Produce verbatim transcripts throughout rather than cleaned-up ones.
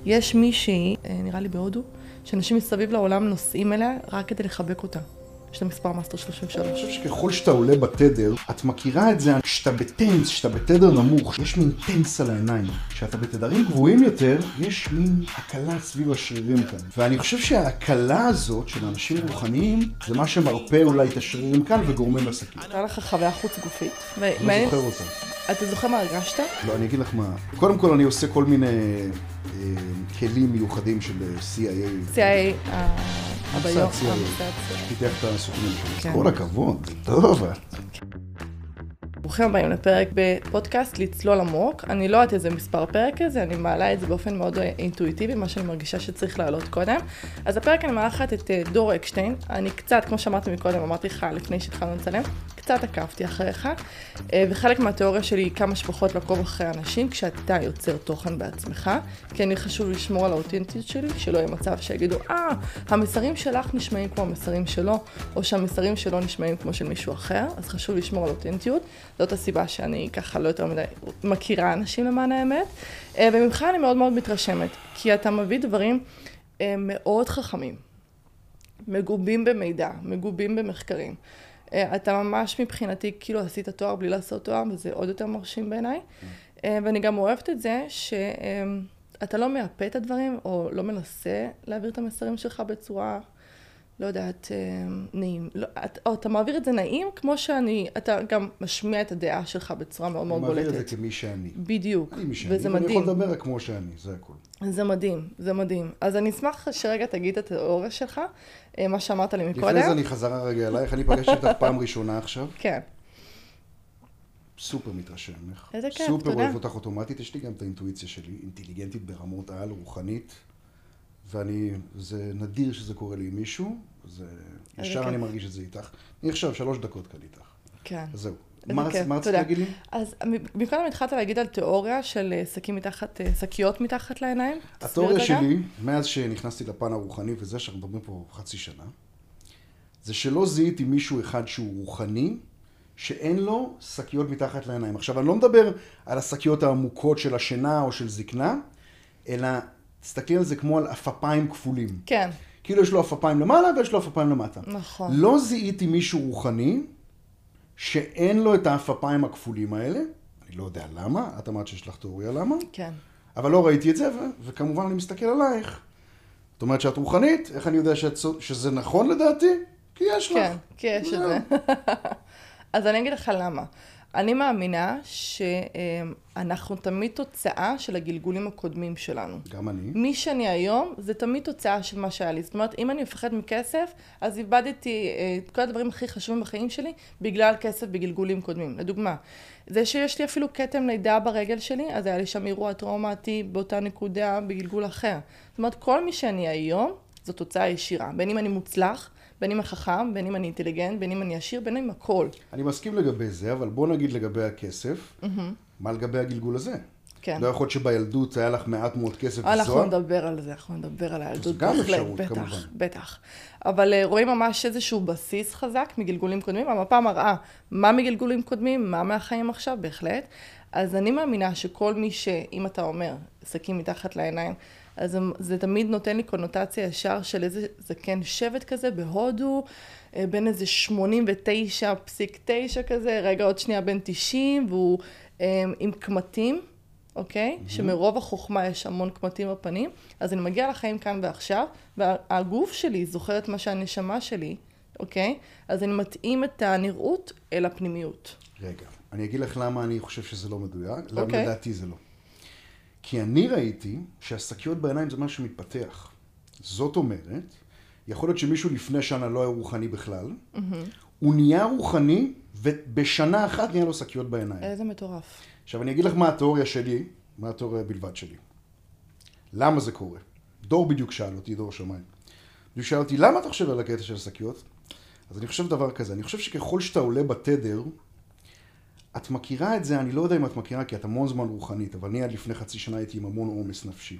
יש מישהי, נראה לי בהודו, שאנשים מסביב לעולם נוסעים אליה רק כדי לחבק אותה. יש לה מספר מאסטר שלושים ושלוש. אני חושב שככל שאתה עולה בתדר, את מכירה את זה, שאתה בטנס, שאתה בתדר נמוך, יש מין טנס על העיניים. כשאתה בתדרים גבוהים יותר, יש מין הקלה סביב השרירים כאן. ואני חושב שההקלה הזאת של אנשים רוחניים, זה מה שמרפא אולי את השרירים כאן וגורמים לסכין. הייתה לך חוויה חוץ גופית. לא זוכר אותה. אתה זוכר מה הרגשת? לא, אני אגיד לך מה. קודם כל אני עושה כל מיני כלים מיוחדים של סי איי איי. סי איי איי, הביום. שפיתח את הסוכנים שלו. כל הכבוד, זה טוב. ברוכים הבאים לפרק בפודקאסט לצלול עמוק. אני לא יודעת איזה מספר פרק הזה, אני מעלה את זה באופן מאוד אינטואיטיבי, מה שאני מרגישה שצריך לעלות קודם. אז הפרק אני מארחת את דור אקשטיין. אני קצת, כמו שאמרתי מקודם, אמרתי לך לפני שהתחלנו לצלם, קצת עקבתי אחריך, וחלק מהתיאוריה שלי היא כמה שפחות לעקוב אחרי אנשים כשאתה יוצר תוכן בעצמך, כי אני חשוב לשמור על האותנטיות שלי, שלא יהיה מצב שיגידו, אה, המסרים שלך נשמעים כמו המסרים שלו, או שהמסרים שלו נשמעים כמו של מישהו אחר, אז חשוב לשמור על האותנטיות. זאת הסיבה שאני ככה לא יותר מדי מכירה אנשים למען האמת, וממך אני מאוד מאוד מתרשמת, כי אתה מביא דברים מאוד חכמים, מגובים במידע, מגובים במחקרים. אתה ממש מבחינתי כאילו עשית תואר בלי לעשות תואר, וזה עוד יותר מרשים בעיניי. ואני גם אוהבת את זה שאתה לא מאפה את הדברים, או לא מנסה להעביר את המסרים שלך בצורה, לא יודעת, נעים. לא, או אתה מעביר את זה נעים, כמו שאני, אתה גם משמיע את הדעה שלך בצורה מאוד מאוד בולטת. אני מעביר את זה כמי שאני. בדיוק, אני מי שאני, וזה ואני מדהים. יכול לדבר כמו שאני, זה הכל. זה מדהים, זה מדהים. אז אני אשמח שרגע תגיד את התיאוריה שלך, מה שאמרת לי מקודם. לפני זה אני חזרה רגע אלייך, אני פגשתי אותך פעם ראשונה עכשיו. כן. סופר מתרשם לך. איזה כיף, סופר תודה. אוהב אותך אוטומטית, יש לי גם את האינטואיציה שלי, אינטליגנטית ברמות על, רוחנית, ואני, זה נדיר שזה קורה לי עם מישהו, זה, ישר אני מרגיש את זה איתך. אני עכשיו שלוש דקות כאן איתך. כן. אז זהו. מה רצית להגיד לי? אז במקודם התחלת להגיד על תיאוריה של שקים מתחת, שקיות מתחת לעיניים. התיאוריה שלי, מאז שנכנסתי לפן הרוחני, וזה שאנחנו מדברים פה חצי שנה, זה שלא זיהיתי מישהו אחד שהוא רוחני, שאין לו שקיות מתחת לעיניים. עכשיו, אני לא מדבר על השקיות העמוקות של השינה או של זקנה, אלא תסתכלי על זה כמו על אפפיים כפולים. כן. כאילו יש לו אפפיים למעלה ויש לו אפפיים למטה. נכון. לא זיהיתי מישהו רוחני, שאין לו את האפפיים הכפולים האלה. אני לא יודע למה, את אמרת שיש לך תיאוריה למה. כן. אבל לא ראיתי את זה, ו- וכמובן אני מסתכל עלייך. זאת אומרת שאת רוחנית, איך אני יודע שאת, שזה נכון לדעתי? כי יש לך. כן, כי יש את זה. אז אני אגיד לך למה. אני מאמינה שאנחנו תמיד תוצאה של הגלגולים הקודמים שלנו. גם אני. מי שאני היום, זה תמיד תוצאה של מה שהיה לי. זאת אומרת, אם אני מפחד מכסף, אז איבדתי את כל הדברים הכי חשובים בחיים שלי, בגלל כסף בגלגולים קודמים. לדוגמה, זה שיש לי אפילו כתם לידה ברגל שלי, אז היה לי שם אירוע טראומטי באותה נקודה בגלגול אחר. זאת אומרת, כל מי שאני היום, זו תוצאה ישירה. בין אם אני מוצלח, בין אם החכם, בין אם אני אינטליגנט, בין אם אני עשיר, בין אם הכל. אני מסכים לגבי זה, אבל בוא נגיד לגבי הכסף, mm-hmm. מה לגבי הגלגול הזה? כן. לא יכול שבילדות היה לך מעט מאוד כסף וזוהר? אנחנו נדבר על זה, אנחנו נדבר על הילדות. זה גם אפשרות, בטח, כמובן. בטח. אבל רואים ממש איזשהו בסיס חזק מגלגולים קודמים. המפה מראה מה מגלגולים קודמים, מה מהחיים עכשיו, בהחלט. אז אני מאמינה שכל מי שאם אתה אומר, שקים מתחת לעיניים, אז זה תמיד נותן לי קונוטציה ישר של איזה זקן שבט כזה בהודו, בין איזה שמונים ותשע פסיק תשע כזה, רגע עוד שנייה בין תשעים, והוא עם קמטים, אוקיי? Mm-hmm. שמרוב החוכמה יש המון קמטים בפנים, אז אני מגיעה לחיים כאן ועכשיו, והגוף שלי זוכר את מה שהנשמה שלי, אוקיי? אז אני מתאים את הנראות אל הפנימיות. רגע, אני אגיד לך למה אני חושב שזה לא מדויק, למה אוקיי. לדעתי זה לא. כי אני ראיתי שהשקיות בעיניים זה משהו שמתפתח. זאת אומרת, יכול להיות שמישהו לפני שנה לא היה רוחני בכלל, mm-hmm. הוא נהיה רוחני ובשנה אחת נהיה לו שקיות בעיניים. איזה מטורף. עכשיו אני אגיד לך מה התיאוריה שלי, מה התיאוריה בלבד שלי. למה זה קורה? דור בדיוק שאל אותי, דור שמיים. הוא שאל אותי, למה אתה חושב על הקטע של השקיות? אז אני חושב דבר כזה, אני חושב שככל שאתה עולה בתדר, את מכירה את זה, אני לא יודע אם את מכירה, כי את המון זמן רוחנית, אבל אני עד לפני חצי שנה הייתי עם המון עומס נפשי.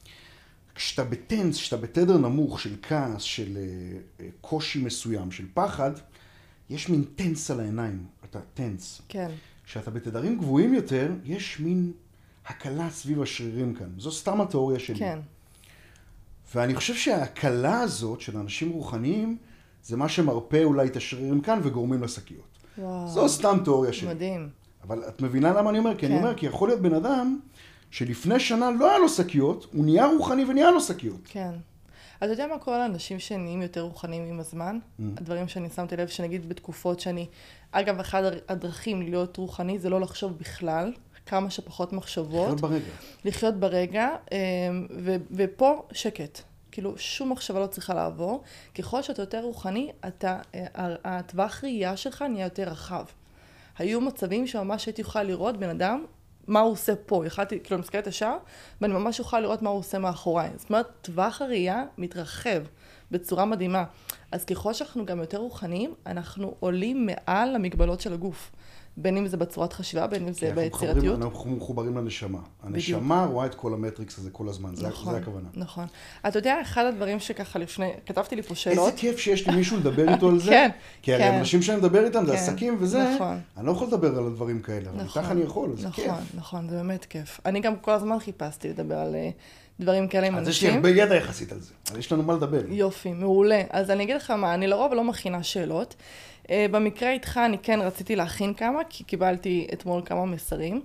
כשאתה בטנס, כשאתה בתדר נמוך של כעס, של uh, קושי מסוים, של פחד, יש מין טנס על העיניים, אתה טנס. כן. כשאתה בתדרים גבוהים יותר, יש מין הקלה סביב השרירים כאן. זו סתם התיאוריה שלי. כן. ואני חושב שההקלה הזאת של אנשים רוחניים, זה מה שמרפא אולי את השרירים כאן וגורמים לשקיות. וואו. זו סתם תיאוריה שלי. מדהים. אבל את מבינה למה אני אומר? כי כן. אני אומר, כי יכול להיות בן אדם שלפני שנה לא היה לו שקיות, הוא נהיה רוחני ונהיה לו שקיות. כן. אתה יודע מה קורה לאנשים שנהיים יותר רוחניים עם הזמן? Mm. הדברים שאני שמתי לב, שנגיד בתקופות שאני... אגב, אחד הדרכים להיות רוחני זה לא לחשוב בכלל, כמה שפחות מחשבות. לחיות ברגע. לחיות ברגע, ו- ופה שקט. כאילו, שום מחשבה לא צריכה לעבור. ככל שאתה יותר רוחני, אתה, הטווח ראייה שלך נהיה יותר רחב. היו מצבים שממש הייתי יכולה לראות בן אדם, מה הוא עושה פה. יכלתי, כאילו, אני מסתכלת השער, ואני ממש יכולה לראות מה הוא עושה מאחוריי. זאת אומרת, טווח הראייה מתרחב בצורה מדהימה. אז ככל שאנחנו גם יותר רוחניים, אנחנו עולים מעל המגבלות של הגוף. בין אם זה בצורת חשיבה, בין אם זה ביצירתיות. אנחנו מחוברים לנשמה. הנשמה רואה את כל המטריקס הזה כל הזמן, זה הכוונה. נכון. אתה יודע, אחד הדברים שככה לפני, כתבתי לי פה שאלות. איזה כיף שיש לי מישהו לדבר איתו על זה. כן, כי הרי אנשים שאני מדבר איתם, זה עסקים וזה, נכון. אני לא יכול לדבר על הדברים כאלה, אבל איתך אני יכול, זה כיף. נכון, נכון, זה באמת כיף. אני גם כל הזמן חיפשתי לדבר על דברים כאלה עם אנשים. אז יש לי הרבה ידע יחסית על זה, אז יש לנו מה לדבר. יופי, מעולה. אז אני אגיד לך מה, אני לרוב לא מכינה שאלות. במקרה איתך אני כן רציתי להכין כמה, כי קיבלתי אתמול כמה מסרים.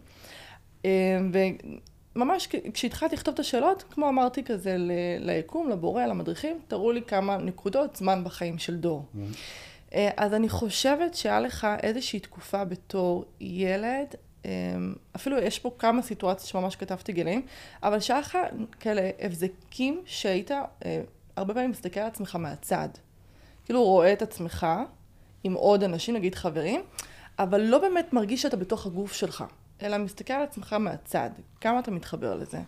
וממש כשהתחלתי לכתוב את השאלות, כמו אמרתי כזה ליקום, לבורא, למדריכים, תראו לי כמה נקודות זמן בחיים של דור. אז אני חושבת שהיה לך איזושהי תקופה בתור ילד, אפילו יש פה כמה סיטואציות שממש כתבתי גילאים, אבל שהיה לך כאלה הבזקים שהיית הרבה פעמים מסתכל על עצמך מהצד. כאילו רואה את עצמך עם עוד אנשים, נגיד חברים, אבל לא באמת מרגיש שאתה בתוך הגוף שלך, אלא מסתכל על עצמך מהצד. כמה אתה מתחבר לזה?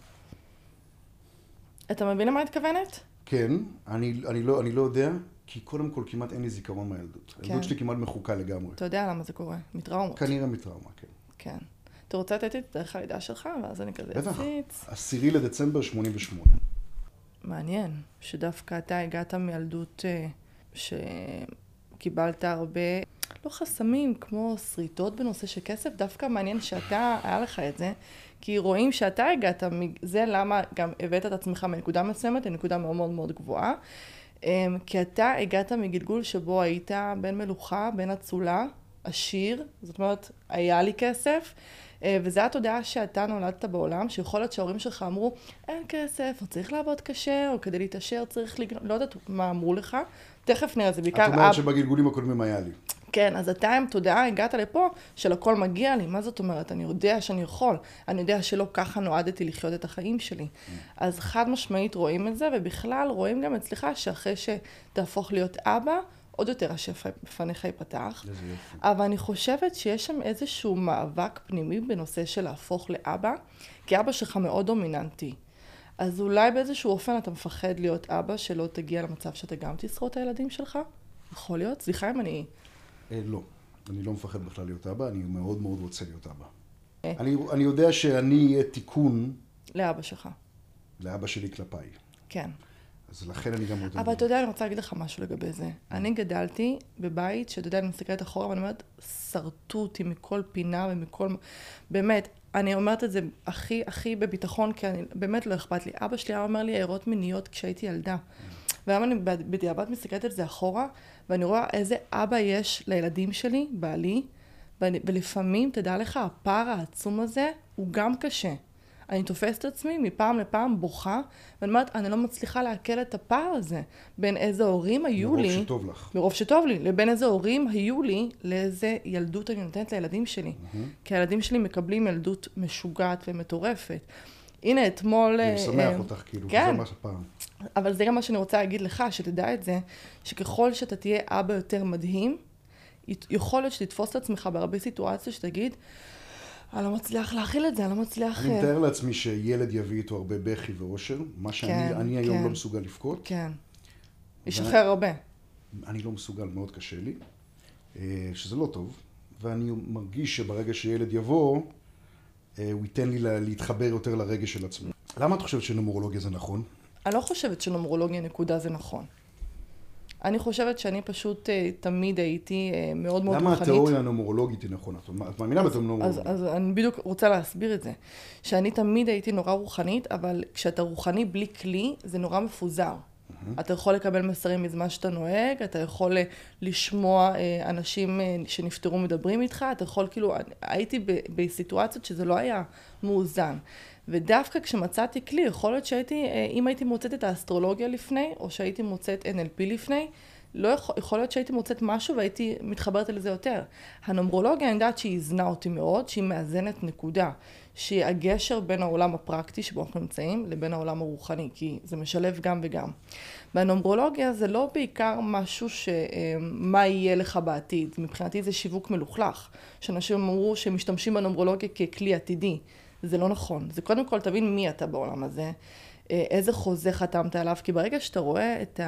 אתה מבין למה את מתכוונת? כן, אני, אני, לא, אני לא יודע, כי קודם כל כמעט אין לי זיכרון מהילדות. כן. הילדות שלי כמעט מחוקה לגמרי. אתה יודע למה זה קורה? מטראומות. כנראה מטראומה, כן. כן. אתה רוצה לתת את דרך הלידה שלך, ואז אני כזה אציץ. בטח, עשירי לדצמבר שמונים ושמונה. מעניין, שדווקא אתה הגעת מילדות שקיבלת הרבה, לא חסמים, כמו שריטות בנושא של כסף, דווקא מעניין שאתה, היה לך את זה, כי רואים שאתה הגעת, זה למה גם הבאת את עצמך מנקודה מסוימת, לנקודה מאוד מאוד מאוד גבוהה, כי אתה הגעת מגלגול שבו היית בין מלוכה, בין אצולה, עשיר, זאת אומרת, היה לי כסף, וזה התודעה שאתה נולדת בעולם, שיכול להיות שההורים שלך אמרו, אין כסף, או צריך לעבוד קשה, או כדי להתעשר צריך לגנוב, לא יודעת מה אמרו לך, תכף נראה, זה בעיקר... את אומרת שבגלגולים הקודמים היה לי. כן, אז אתה עם תודעה, הגעת לפה, של הכל מגיע לי, מה זאת אומרת? אני יודע שאני יכול, אני יודע שלא ככה נועדתי לחיות את החיים שלי. אז חד משמעית רואים את זה, ובכלל רואים גם אצלך שאחרי שתהפוך להיות אבא, עוד יותר השפע בפניך ייפתח. אבל אני חושבת שיש שם איזשהו מאבק פנימי בנושא של להפוך לאבא, כי אבא שלך מאוד דומיננטי. אז אולי באיזשהו אופן אתה מפחד להיות אבא, שלא תגיע למצב שאתה גם תשרוד את הילדים שלך? יכול להיות? סליחה אם אני... לא, אני לא מפחד בכלל להיות אבא, אני מאוד מאוד רוצה להיות אבא. אני, אני יודע שאני אהיה תיקון... לאבא שלך. לאבא שלי כלפיי. כן. אז לכן אני גם מאוד... אבל אתה יודע, אני רוצה להגיד לך משהו לגבי זה. אני גדלתי בבית, שאתה יודע, אני מסתכלת אחורה, ואני אומרת, שרטו אותי מכל פינה ומכל... באמת, אני אומרת את זה הכי, הכי בביטחון, כי אני באמת לא אכפת לי. אבא שלי היה אומר לי עירות מיניות כשהייתי ילדה. והיום אני בדיעבד מסתכלת על זה אחורה, ואני רואה איזה אבא יש לילדים שלי, בעלי, ולפעמים, תדע לך, הפער העצום הזה הוא גם קשה. אני תופסת את עצמי מפעם לפעם בוכה, ואני אומרת, אני לא מצליחה להקל את הפער הזה, בין איזה הורים היו לי... מרוב שטוב לך. מרוב שטוב לי, לבין איזה הורים היו לי, לאיזה ילדות אני נותנת לילדים שלי. Mm-hmm. כי הילדים שלי מקבלים ילדות משוגעת ומטורפת. הנה, אתמול... אני משמח אותך, כאילו, כן. זה מה שפעם. אבל זה גם מה שאני רוצה להגיד לך, שתדע את זה, שככל שאתה תהיה אבא יותר מדהים, יכול להיות שתתפוס את עצמך בהרבה סיטואציות שתגיד, אני לא מצליח להכיל את זה, אני לא מצליח... אני מתאר לעצמי שילד יביא איתו הרבה בכי ואושר, מה שאני אני היום לא מסוגל לפקוט. כן. ישחרר הרבה. אני לא מסוגל, מאוד קשה לי, שזה לא טוב, ואני מרגיש שברגע שילד יבוא, הוא ייתן לי להתחבר יותר לרגש של עצמו. למה את חושבת שנומרולוגיה זה נכון? אני לא חושבת שנומרולוגיה נקודה זה נכון. אני חושבת שאני פשוט תמיד הייתי מאוד מאוד למה רוחנית. למה התיאוריה הנומרולוגית היא נכונה? את מאמינה בתיאוריה נומרולוגית? אז, אז אני בדיוק רוצה להסביר את זה. שאני תמיד הייתי נורא רוחנית, אבל כשאתה רוחני בלי כלי, זה נורא מפוזר. Mm-hmm. אתה יכול לקבל מסרים מזמן שאתה נוהג, אתה יכול לשמוע אנשים שנפטרו מדברים איתך, אתה יכול כאילו, הייתי בסיטואציות שזה לא היה מאוזן. ודווקא כשמצאתי כלי, יכול להיות שהייתי, אם הייתי מוצאת את האסטרולוגיה לפני, או שהייתי מוצאת אן אל פי לפני, לא יכול, יכול להיות שהייתי מוצאת משהו והייתי מתחברת על זה יותר. הנומרולוגיה, אני יודעת שהיא הזנה אותי מאוד, שהיא מאזנת נקודה, שהיא הגשר בין העולם הפרקטי שבו אנחנו נמצאים, לבין העולם הרוחני, כי זה משלב גם וגם. והנומרולוגיה זה לא בעיקר משהו שמה יהיה לך בעתיד. מבחינתי זה שיווק מלוכלך, שאנשים אמרו שמשתמשים בנומרולוגיה ככלי עתידי. זה לא נכון. זה קודם כל תבין מי אתה בעולם הזה, איזה חוזה חתמת עליו, כי ברגע שאתה רואה את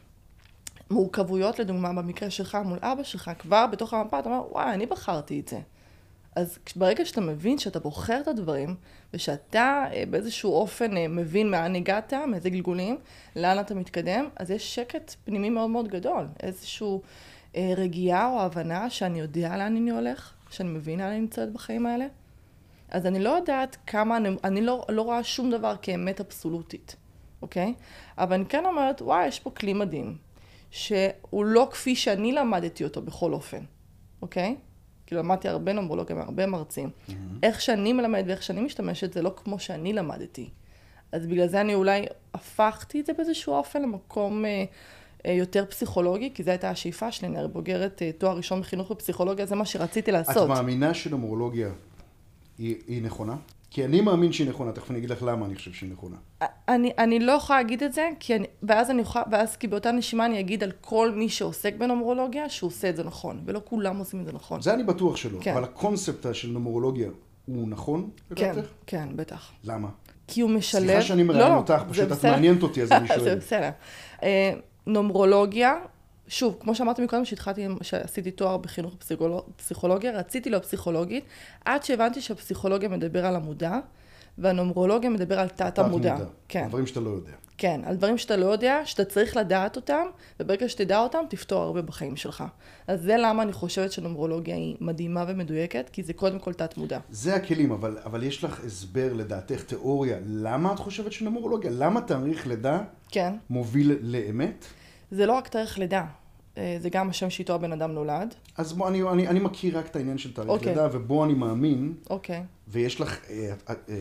המורכבויות, לדוגמה, במקרה שלך מול אבא שלך, כבר בתוך המפה, אתה אומר, וואי, אני בחרתי את זה. אז ברגע שאתה מבין שאתה בוחר את הדברים, ושאתה באיזשהו אופן מבין מאן הגעת, מאיזה גלגולים, לאן אתה מתקדם, אז יש שקט פנימי מאוד מאוד גדול. איזשהו רגיעה או הבנה שאני יודע לאן אני הולך, שאני מבינה לאן אני נמצאת בחיים האלה. אז אני לא יודעת כמה, אני, אני לא, לא רואה שום דבר כאמת אבסולוטית, אוקיי? אבל אני כן אומרת, וואי, יש פה כלי מדהים, שהוא לא כפי שאני למדתי אותו בכל אופן, אוקיי? כאילו למדתי הרבה נומרולוגיה, הרבה מרצים. Mm-hmm. איך שאני מלמד ואיך שאני משתמשת, זה לא כמו שאני למדתי. אז בגלל זה אני אולי הפכתי את זה באיזשהו אופן למקום אה, אה, יותר פסיכולוגי, כי זו הייתה השאיפה שלי, אני הרי בוגרת אה, תואר ראשון בחינוך בפסיכולוגיה, זה מה שרציתי לעשות. את מאמינה שנומרולוגיה היא, היא נכונה? כי אני מאמין שהיא נכונה, תכף אני אגיד לך למה אני חושב שהיא נכונה. אני, אני לא יכולה להגיד את זה, כי אני, ואז אני יכולה, ואז כי באותה נשימה אני אגיד על כל מי שעוסק בנומרולוגיה, שהוא עושה את זה נכון, ולא כולם עושים את זה נכון. זה אני בטוח שלא, כן. אבל הקונספט של נומרולוגיה הוא נכון? כן, לדעתך? כן, בטח. למה? כי הוא משלב... סליחה שאני מראיין לא, אותך, פשוט את בסדר. מעניינת אותי, אז אני שואל. זה בסדר. נומרולוגיה, שוב, כמו שאמרתי מקודם, שהתחלתי, שעשיתי תואר בחינוך פסיכולוגיה, רציתי להיות פסיכולוגית, עד שהבנתי שהפסיכולוגיה מדבר על המודע, והנומרולוגיה מדבר על תת המודע. כן. על דברים שאתה לא יודע. כן, על דברים שאתה לא יודע, שאתה צריך לדעת אותם, וברגע שתדע אותם, תפתור הרבה בחיים שלך. אז זה למה אני חושבת שנומרולוגיה היא מדהימה ומדויקת, כי זה קודם כל תת מודע. זה הכלים, אבל, אבל יש לך הסבר לדעתך, תיאוריה, למה את חושבת שנומרולוגיה? למה תאריך לידה כן. מוביל לאמת? זה לא רק תאריך לידה. זה גם השם שאיתו הבן אדם נולד. אז בוא, אני, אני, אני מכיר רק את העניין של תאריך אוקיי. לידה, ובו אני מאמין. אוקיי. ויש לך, אה, אה, אה,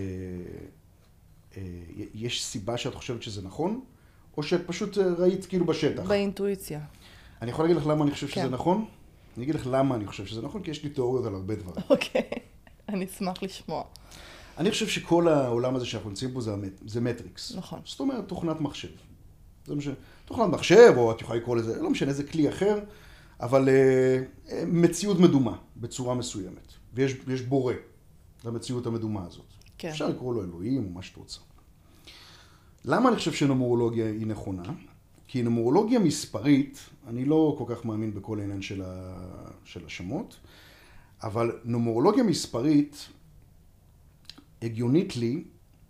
אה, יש סיבה שאת חושבת שזה נכון? או שאת פשוט ראית כאילו בשטח? באינטואיציה. אני יכול להגיד לך למה אני חושב כן. שזה נכון? אני אגיד לך למה אני חושב שזה נכון, כי יש לי תיאוריות על הרבה דברים. אוקיי. אני אשמח לשמוע. אני חושב שכל העולם הזה שאנחנו נמצאים בו זה, זה מטריקס. נכון. זאת אומרת, תוכנת מחשב. זה משנה, תוכנת מחשב, או את יכולה לקרוא לזה, לא משנה, זה כלי אחר, אבל uh, מציאות מדומה בצורה מסוימת. ויש יש בורא למציאות המדומה הזאת. כן. אפשר לקרוא לו אלוהים או מה שאת רוצה. למה אני חושב שנומרולוגיה היא נכונה? כי נומרולוגיה מספרית, אני לא כל כך מאמין בכל העניין של, ה, של השמות, אבל נומרולוגיה מספרית הגיונית לי,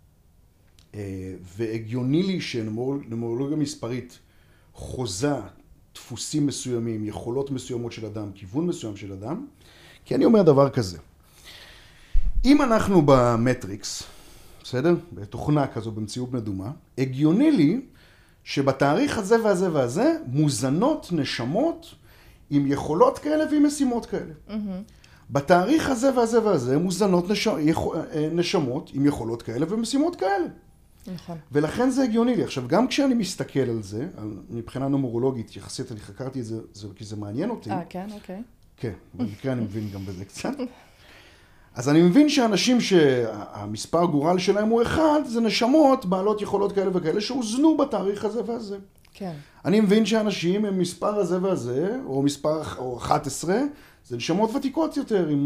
והגיוני לי שנומרולוגיה מספרית חוזה דפוסים מסוימים, יכולות מסוימות של אדם, כיוון מסוים של אדם, כי אני אומר דבר כזה. אם אנחנו במטריקס, בסדר? בתוכנה כזו, במציאות מדומה, הגיוני לי שבתאריך הזה והזה והזה מוזנות נשמות עם יכולות כאלה ועם משימות כאלה. Mm-hmm. בתאריך הזה והזה והזה מוזנות נש... נשמות עם יכולות כאלה ומשימות כאלה. נכון. ולכן זה הגיוני לי. עכשיו, גם כשאני מסתכל על זה, מבחינה נומרולוגית, יחסית, אני חקרתי את זה, זה כי זה מעניין אותי. אה, כן, אוקיי. כן, במקרה אני מבין גם בזה קצת. אז אני מבין שאנשים שהמספר גורל שלהם הוא אחד, זה נשמות בעלות יכולות כאלה וכאלה שהוזנו בתאריך הזה והזה. כן. אני מבין שאנשים עם מספר הזה והזה, או מספר או אחת עשרה, זה נשמות ותיקות יותר. עם...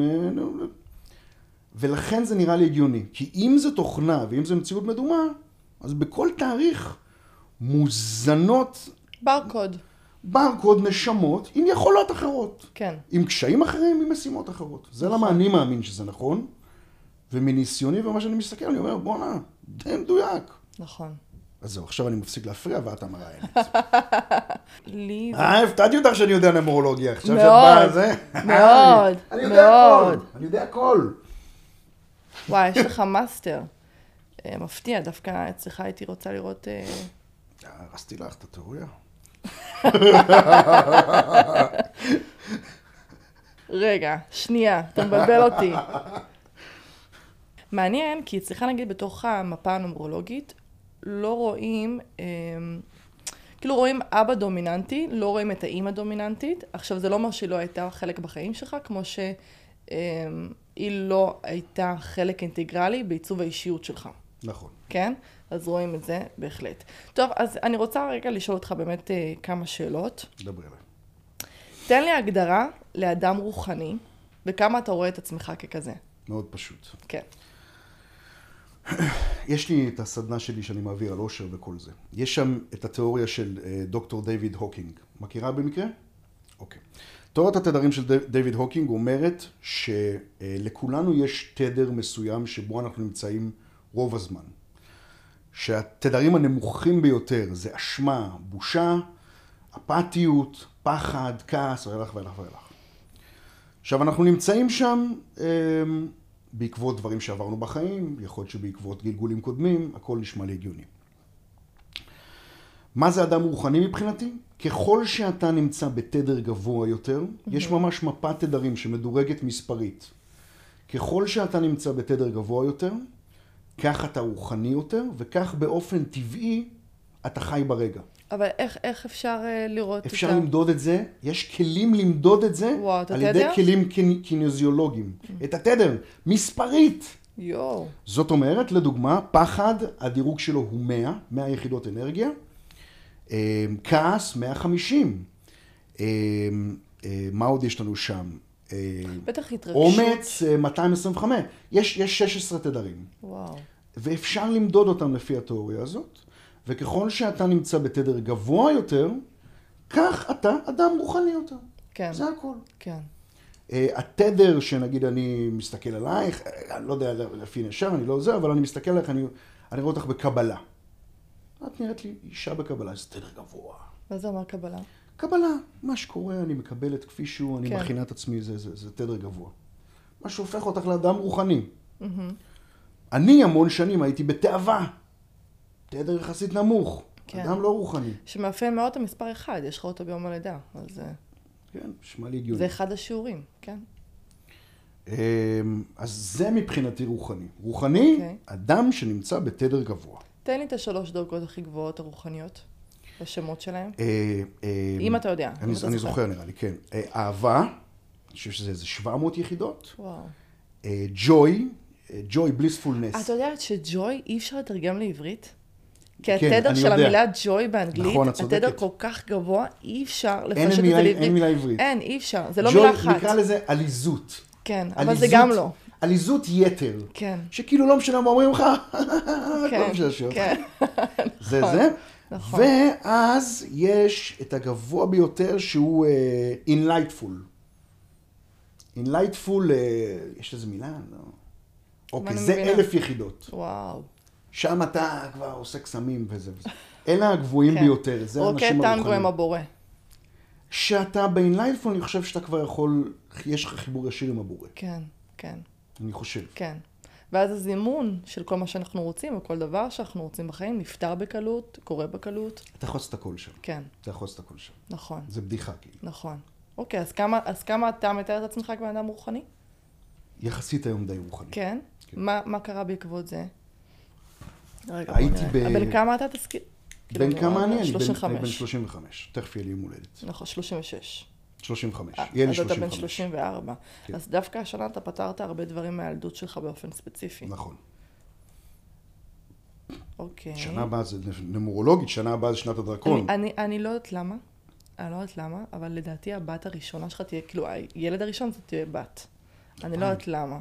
ולכן זה נראה לי הגיוני. כי אם זה תוכנה ואם זה מציאות מדומה, אז בכל תאריך מוזנות... ברקוד. ברקוד נשמות עם יכולות אחרות. כן. עם קשיים אחרים, עם משימות אחרות. זה למה אני מאמין שזה נכון, ומניסיוני ומה שאני מסתכל, אני אומר, בוא נע, די מדויק. נכון. אז זהו, עכשיו אני מפסיק להפריע ואת המראיינת. לי... אה, הפתעתי אותך שאני יודע נמרולוגיה. עכשיו שאת מאוד, באה זה. מאוד, אני יודע מאוד. הכל, אני יודע הכל. וואי, יש לך מאסטר. אה, מפתיע, דווקא אצלך הייתי רוצה לראות... אה, הרסתי לך את התיאוריה. רגע, שנייה, אתה מבלבל אותי. מעניין, כי אצלך נגיד בתוך המפה הנומרולוגית, לא רואים, אה, כאילו רואים אבא דומיננטי, לא רואים את האמא דומיננטית. עכשיו זה לא אומר שהיא לא הייתה חלק בחיים שלך, כמו שהיא לא הייתה חלק אינטגרלי בעיצוב האישיות שלך. נכון. כן? אז רואים את זה בהחלט. טוב, אז אני רוצה רגע לשאול אותך באמת אה, כמה שאלות. דברי אליי. תן לי הגדרה לאדם רוחני, וכמה אתה רואה את עצמך ככזה. מאוד פשוט. כן. יש לי את הסדנה שלי שאני מעביר על אושר וכל זה. יש שם את התיאוריה של אה, דוקטור דיוויד הוקינג. מכירה במקרה? אוקיי. תיאוריית התדרים של ד... דיוויד הוקינג אומרת שלכולנו יש תדר מסוים שבו אנחנו נמצאים רוב הזמן. שהתדרים הנמוכים ביותר זה אשמה, בושה, אפתיות, פחד, כעס, ואילך ואילך ואילך. עכשיו אנחנו נמצאים שם אה, בעקבות דברים שעברנו בחיים, יכול להיות שבעקבות גלגולים קודמים, הכל נשמע לי הגיוני. מה זה אדם רוחני מבחינתי? ככל שאתה נמצא בתדר גבוה יותר, mm-hmm. יש ממש מפת תדרים שמדורגת מספרית. ככל שאתה נמצא בתדר גבוה יותר, כך אתה רוחני יותר, וכך באופן טבעי אתה חי ברגע. אבל איך, איך אפשר uh, לראות אפשר את זה? אפשר למדוד את זה, יש כלים למדוד את זה, וואו, על ידי כלים קיניוזיולוגיים. Mm-hmm. את התדר, מספרית. יו. זאת אומרת, לדוגמה, פחד, הדירוג שלו הוא מאה, מאה יחידות אנרגיה, כעס, מאה וחמישים. מה עוד יש לנו שם? בטח התרגשות. אומץ, מאתיים עשרים וחמש. יש, יש שש עשרה תדרים. וואו. ואפשר למדוד אותם לפי התיאוריה הזאת, וככל שאתה נמצא בתדר גבוה יותר, כך אתה אדם רוחני יותר. כן. זה הכל. כן. התדר שנגיד אני מסתכל עלייך, אני לא יודע לפי נשר, אני לא עוזר, אבל אני מסתכל עלייך, אני, אני רואה אותך בקבלה. את נראית לי אישה בקבלה, זה תדר גבוה. מה זה אומר קבלה? קבלה, מה שקורה, אני מקבלת כפי שהוא, אני כן. מכינה את עצמי, זה, זה, זה תדר גבוה. מה שהופך אותך לאדם רוחני. Mm-hmm. אני המון שנים הייתי בתאווה, תדר יחסית נמוך, כן. אדם לא רוחני. שמאפיין מאוד המספר אחד, יש לך אותו ביום הלידה, אז... כן, שמע לי הגיוני. זה אחד השיעורים, כן. אז זה מבחינתי רוחני. רוחני, okay. אדם שנמצא בתדר גבוה. תן לי את השלוש דרגות הכי גבוהות הרוחניות, השמות שלהם. אם אתה יודע. אני, אני זוכר נראה לי, כן. אהבה, אני חושב שזה איזה שבע מאות יחידות. וואו. ג'וי, ג'וי בליספולנס. את יודעת שג'וי אי אפשר לתרגם לעברית? כי התדר של המילה ג'וי באנגלית, התדר כל כך גבוה, אי אפשר לפשט את זה לעברית. אין מילה עברית. אין, אי אפשר, זה לא מילה אחת. ג'וי נקרא לזה עליזות. כן, אבל זה גם לא. עליזות יתר. כן. שכאילו לא משנה מה אומרים לך, כן, לא משנה שוב. כן. זה זה. נכון. ואז יש את הגבוה ביותר שהוא enlightful. enlightful, יש לזה מילה? אוקיי, זה אלף יחידות. וואו. שם אתה כבר עושה קסמים וזה וזה. אלה הגבוהים ביותר, זה האנשים הרוחניים. רוקד טנגו עם הבורא. שאתה ב-enlightful, אני חושב שאתה כבר יכול, יש לך חיבור ישיר עם הבורא. כן, כן. אני חושב. כן. ואז הזימון של כל מה שאנחנו רוצים, וכל דבר שאנחנו רוצים בחיים, נפתר בקלות, קורה בקלות. אתה יכול לעשות את הכל שם. כן. אתה יכול לעשות את הכל שם. נכון. זה בדיחה כאילו. נכון. אוקיי, אז כמה, אז כמה אתה מתאר את עצמך כבן אדם רוחני? יחסית היום די רוחני. כן? כן. מה, מה קרה בעקבות זה? רגע, הייתי ב... בן כמה אתה תזכיר? בן כמה אני? שלושים וחמש. בן שלושים וחמש. תכף יהיה לי יום הולדת. נכון, שלושים ושש. שלושים וחמש. יהיה לי שלושים וחמש. אז אתה בן שלושים וארבע. אז דווקא השנה אתה פתרת הרבה דברים מהילדות שלך באופן ספציפי. נכון. אוקיי. שנה הבאה זה נומרולוגית, שנה הבאה זה שנת הדרקון. אני לא יודעת למה, אני לא יודעת למה, אבל לדעתי הבת הראשונה שלך תהיה, כאילו, הילד הראשון זה תהיה בת. אני לא יודעת למה.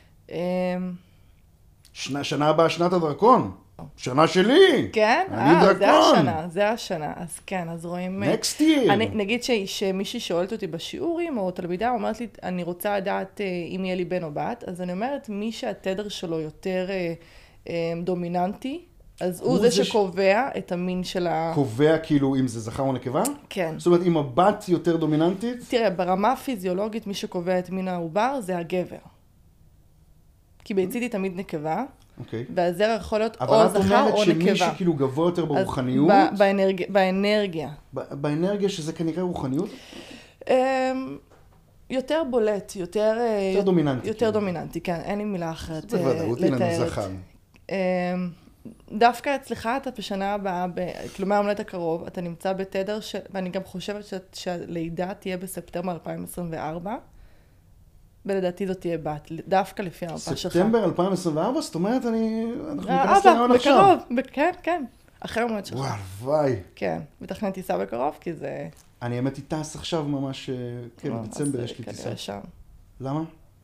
שנה הבאה שנת הדרקון. שנה שלי! כן? אני דרקון! זה השנה, זה השנה. אז כן, אז רואים... Next year! נגיד שמישהי שואלת אותי בשיעורים, או תלמידה אומרת לי, אני רוצה לדעת אם יהיה לי בן או בת, אז אני אומרת, מי שהתדר שלו יותר דומיננטי, אז הוא, הוא זה, זה שקובע ש... את המין של ה... קובע כאילו אם זה זכר או נקבה? כן. זאת אומרת, אם הבת יותר דומיננטית? תראה, ברמה הפיזיולוגית, מי שקובע את מין העובר זה הגבר. כי ביצית היא תמיד נקבה, אוקיי. והזרע יכול להיות או זכר או נקבה. אבל את אומרת שמי שכאילו גבוה יותר ברוחניות? באנרגיה. באנרגיה. באנרגיה שזה כנראה רוחניות? יותר בולט, יותר... יותר דומיננטי. יותר דומיננטי, כן. אין לי מילה אחרת לתאר. בוודאות, הנה לנו זכר. דווקא אצלך אתה בשנה הבאה, כלומר המולדת הקרוב, אתה נמצא בתדר, ואני גם חושבת שהלידה תהיה בספטמבר אלפיים עשרים וארבע, ולדעתי זאת תהיה בת, דווקא לפי המפה שלך. ספטמבר אלפיים עשרים וארבע? זאת אומרת, אני... אנחנו ניכנס להיריון עכשיו. בקרוב, כן, כן. אחרי המולדת שלך. וואו, וואי. כן, מתכנן טיסה בקרוב, כי זה... אני האמת היא טס עכשיו ממש, כן, בדצמבר יש לי טיסה. למה?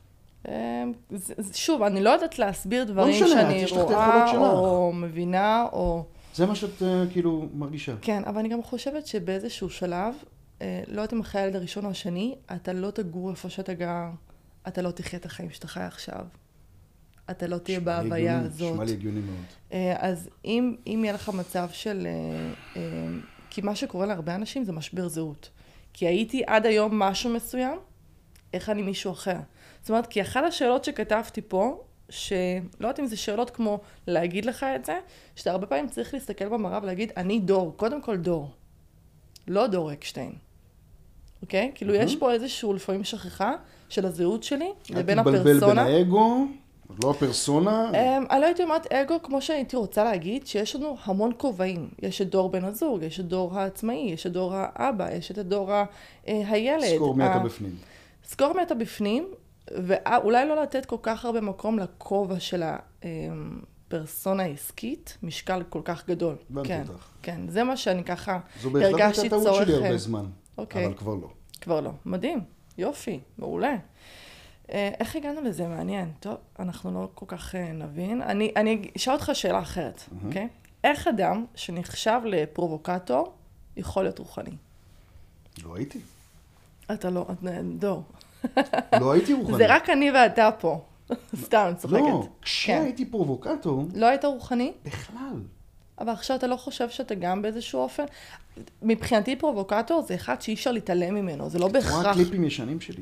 שוב, אני לא יודעת להסביר דברים שאני רואה או מבינה או... זה מה שאת כאילו מרגישה. כן, אבל אני גם חושבת שבאיזשהו שלב, לא יודעת אם אחרי הילד הראשון או השני, אתה לא תגור איפה שאתה גר, אתה לא תחיה את החיים שאתה חי עכשיו. אתה לא תהיה בהוויה הזאת. שמע לי הגיוני מאוד. אז אם יהיה לך מצב של... כי מה שקורה להרבה אנשים זה משבר זהות. כי הייתי עד היום משהו מסוים, איך אני מישהו אחר. זאת אומרת, כי אחת השאלות שכתבתי פה, שלא יודעת אם זה שאלות כמו להגיד לך את זה, שאתה הרבה פעמים צריך להסתכל במראה ולהגיד, אני דור, קודם כל דור. לא דור אקשטיין. אוקיי? כאילו mm-hmm. יש פה איזשהו לפעמים שכחה של הזהות שלי, לבין הפרסונה. את תתבלבל בין האגו, לא הפרסונה. Um, אני לא הייתי אומרת אגו, כמו שהייתי רוצה להגיד, שיש לנו המון כובעים. יש את דור בן הזוג, יש את דור העצמאי, יש את דור האבא, יש את דור ה, uh, הילד. סקור מי אתה בפנים. סקור מי אתה בפנים, ואולי לא לתת כל כך הרבה מקום לכובע של הפרסונה העסקית, משקל כל כך גדול. כן, אותך. כן, זה מה שאני ככה הרגשתי צורך. זו בהחלט הייתה טעות שלי הרבה זמן, אוקיי. אבל כבר לא. כבר לא, מדהים, יופי, מעולה. איך הגענו לזה? מעניין. טוב, אנחנו לא כל כך נבין. אני, אני אשאל אותך שאלה אחרת, אוקיי? Mm-hmm. Okay? איך אדם שנחשב לפרובוקטור יכול להיות רוחני? לא הייתי. אתה לא, דור. לא הייתי רוחני. זה רק אני ואתה פה. סתם, צוחקת. לא, כשהייתי פרובוקטור... לא היית רוחני? בכלל. אבל עכשיו אתה לא חושב שאתה גם באיזשהו אופן? מבחינתי פרובוקטור זה אחד שאי אפשר להתעלם ממנו, זה לא בהכרח... כמו הקליפים ישנים שלי.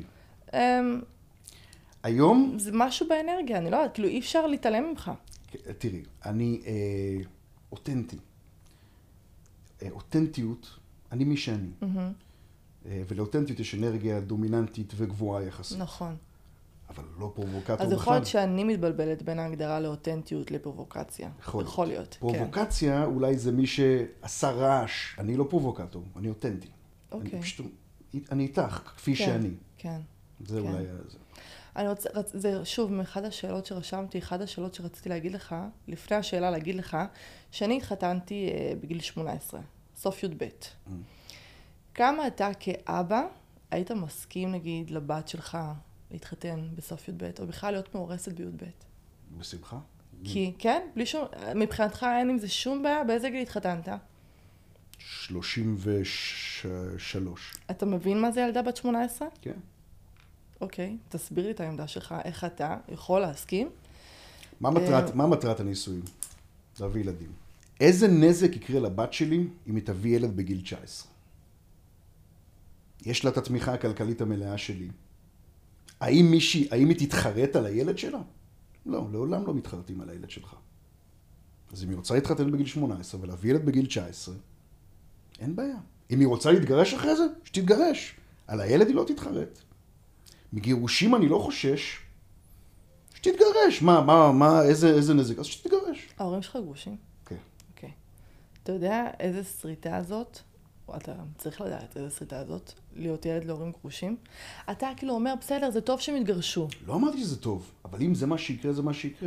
היום... זה משהו באנרגיה, אני לא יודעת, כאילו אי אפשר להתעלם ממך. תראי, אני אותנטי. אותנטיות, אני מי שאני. ולאותנטיות יש אנרגיה דומיננטית וגבוהה יחסית. נכון. אבל לא פרובוקטור בכלל. אז יכול להיות שאני מתבלבלת בין ההגדרה לאותנטיות לפרובוקציה. יכול, יכול להיות. פרובוקציה כן. אולי זה מי שעשה רעש. אני לא פרובוקטור, אני אותנטי. אוקיי. אני פשוט, אני איתך, כפי כן, שאני. כן. זה כן. אולי זה. אני רוצה, זה שוב, מאחד השאלות שרשמתי, אחד השאלות שרציתי להגיד לך, לפני השאלה להגיד לך, שאני התחתנתי בגיל שמונה עשרה, סוף י"ב. Mm. כמה אתה כאבא היית מסכים, נגיד, לבת שלך להתחתן בסוף י"ב, או בכלל להיות מאורסת בי"ב? בשמחה. כי, כן? בלי שום... מבחינתך אין עם זה שום בעיה? באיזה גיל התחתנת? שלושים ושלוש. אתה מבין מה זה ילדה בת שמונה עשרה? כן. אוקיי, תסביר לי את העמדה שלך, איך אתה יכול להסכים? מה מטרת, מה מטרת הנישואים? להביא ילדים. איזה נזק יקרה לבת שלי אם היא תביא ילד בגיל תשע עשרה? יש לה את התמיכה הכלכלית המלאה שלי. האם מישהי, האם היא תתחרט על הילד שלה? לא, לעולם לא מתחרטים על הילד שלך. אז אם היא רוצה להתחתן בגיל שמונה עשרה ולהביא ילד בגיל תשע עשרה, אין בעיה. אם היא רוצה להתגרש אחרי זה, שתתגרש. על הילד היא לא תתחרט. מגירושים אני לא חושש, שתתגרש. מה, מה, מה, איזה, איזה נזק? אז שתתגרש. ההורים שלך גרושים? כן. אוקיי. אתה יודע איזה שריטה הזאת, או אתה צריך לדעת איזה שריטה הזאת, להיות ילד להורים גרושים? אתה כאילו אומר, בסדר, זה טוב שהם יתגרשו. לא אמרתי שזה טוב, אבל אם זה מה שיקרה, זה מה שיקרה.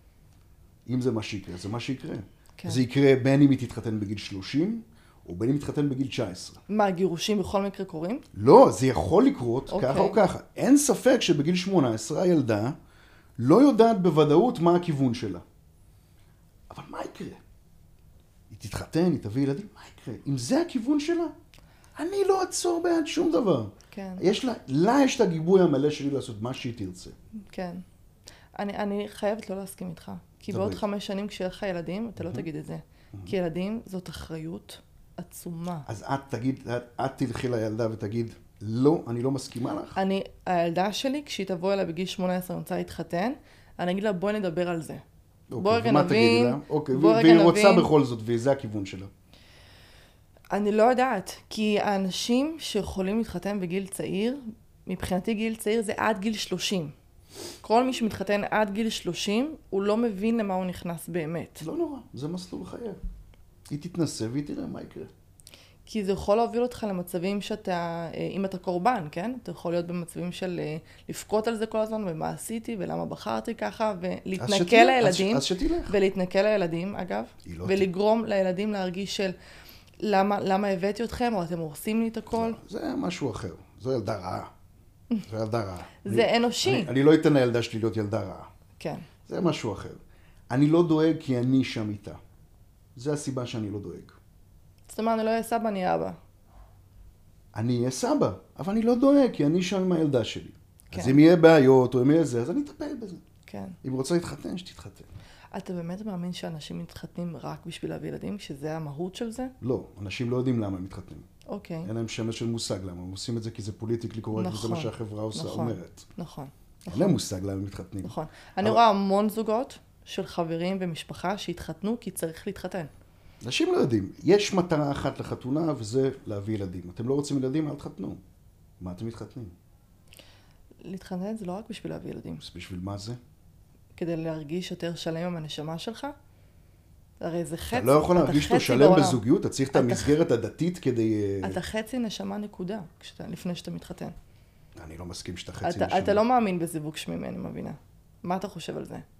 אם זה מה שיקרה, זה מה שיקרה. כן. זה יקרה בין אם היא תתחתן בגיל שלושים, או בין אם תתחתן בגיל תשע עשרה. מה, גירושים בכל מקרה קורים? לא, זה יכול לקרות אוקיי. ככה או ככה. אין ספק שבגיל שמונה עשרה הילדה לא יודעת בוודאות מה הכיוון שלה. אבל מה יקרה? היא תתחתן, היא תביא ילדים, מה יקרה? אם זה הכיוון שלה, אני לא אעצור בעד שום דבר. כן. יש לה, לה יש את הגיבוי המלא שלי לעשות מה שהיא תרצה. כן. אני, אני חייבת לא להסכים איתך. כי בעוד חמש שנים כשיהיה לך ילדים, אתה לא תגיד את זה. כי ילדים זאת אחריות עצומה. אז את תגיד, את תלכי לילדה ותגיד, לא, אני לא מסכימה לך? אני, הילדה שלי, כשהיא תבוא אליי בגיל שמונה עשרה, אני רוצה להתחתן, אני אגיד לה, בואי נדבר על זה. בואי רגע נבין. אוקיי, והיא רוצה בכל זאת, וזה הכיוון שלה. אני לא יודעת, כי האנשים שיכולים להתחתן בגיל צעיר, מבחינתי גיל צעיר זה עד גיל שלושים. כל מי שמתחתן עד גיל שלושים, הוא לא מבין למה הוא נכנס באמת. לא נורא, זה מסלול חייב. היא תתנסה והיא תראה מה יקרה. כי זה יכול להוביל אותך למצבים שאתה, אם אתה קורבן, כן? אתה יכול להיות במצבים של לפקוט על זה כל הזמן, ומה עשיתי, ולמה בחרתי ככה, ולהתנקל לילדים. אז שתלך. ולהתנקל לילדים, אגב. לא ולגרום לילדים להרגיש של למה, למה הבאתי אתכם, או אתם הורסים לי את הכל. זה משהו אחר. זו ילדה רעה. זו ילדה רעה. זה אנושי. אני, אני לא אתן לילדה שלי להיות ילדה רעה. כן. זה משהו אחר. אני לא דואג כי אני שם איתה. זה הסיבה שאני לא דואג. זאת אומרת, אני לא אהיה סבא, אני אבא. אני אהיה סבא, אבל אני לא דואג, כי אני שם עם הילדה שלי. כן. אז אם יהיה בעיות או אם יהיה זה, אז אני אטפל בזה. כן. אם רוצה להתחתן, שתתחתן. אתה באמת מאמין שאנשים מתחתנים רק בשביל להביא ילדים, כשזה המהות של זה? לא, אנשים לא יודעים למה הם מתחתנים. אוקיי. אין להם שמץ של מושג למה, הם עושים את זה כי זה פוליטיקלי קורקט, נכון, וזה מה שהחברה עושה, נכון, אומרת. נכון. אין להם מושג למה הם מתחתנים. נכון. אני רואה המון זוגות של חברים ומשפחה שהתחתנו כי צריך להתחתן. אנשים לא יודעים. יש מטרה אחת לחתונה, וזה להביא ילדים. אתם לא רוצים ילדים, אל תחתנו. מה אתם מתחתנים? להתחתן זה לא רק בשביל להביא ילדים. אז בשביל מה זה? כדי להרגיש יותר שלם עם הנשמה שלך? הרי זה חצי. אתה לא יכול להרגיש אותו שלם בזוגיות, אתה צריך את המסגרת הדתית כדי... אתה חצי נשמה נקודה, לפני שאתה מתחתן. אני לא מסכים שאתה חצי נשמה. אתה לא מאמין בזיווג שמימי, אני מבינה. מה אתה חושב על זה?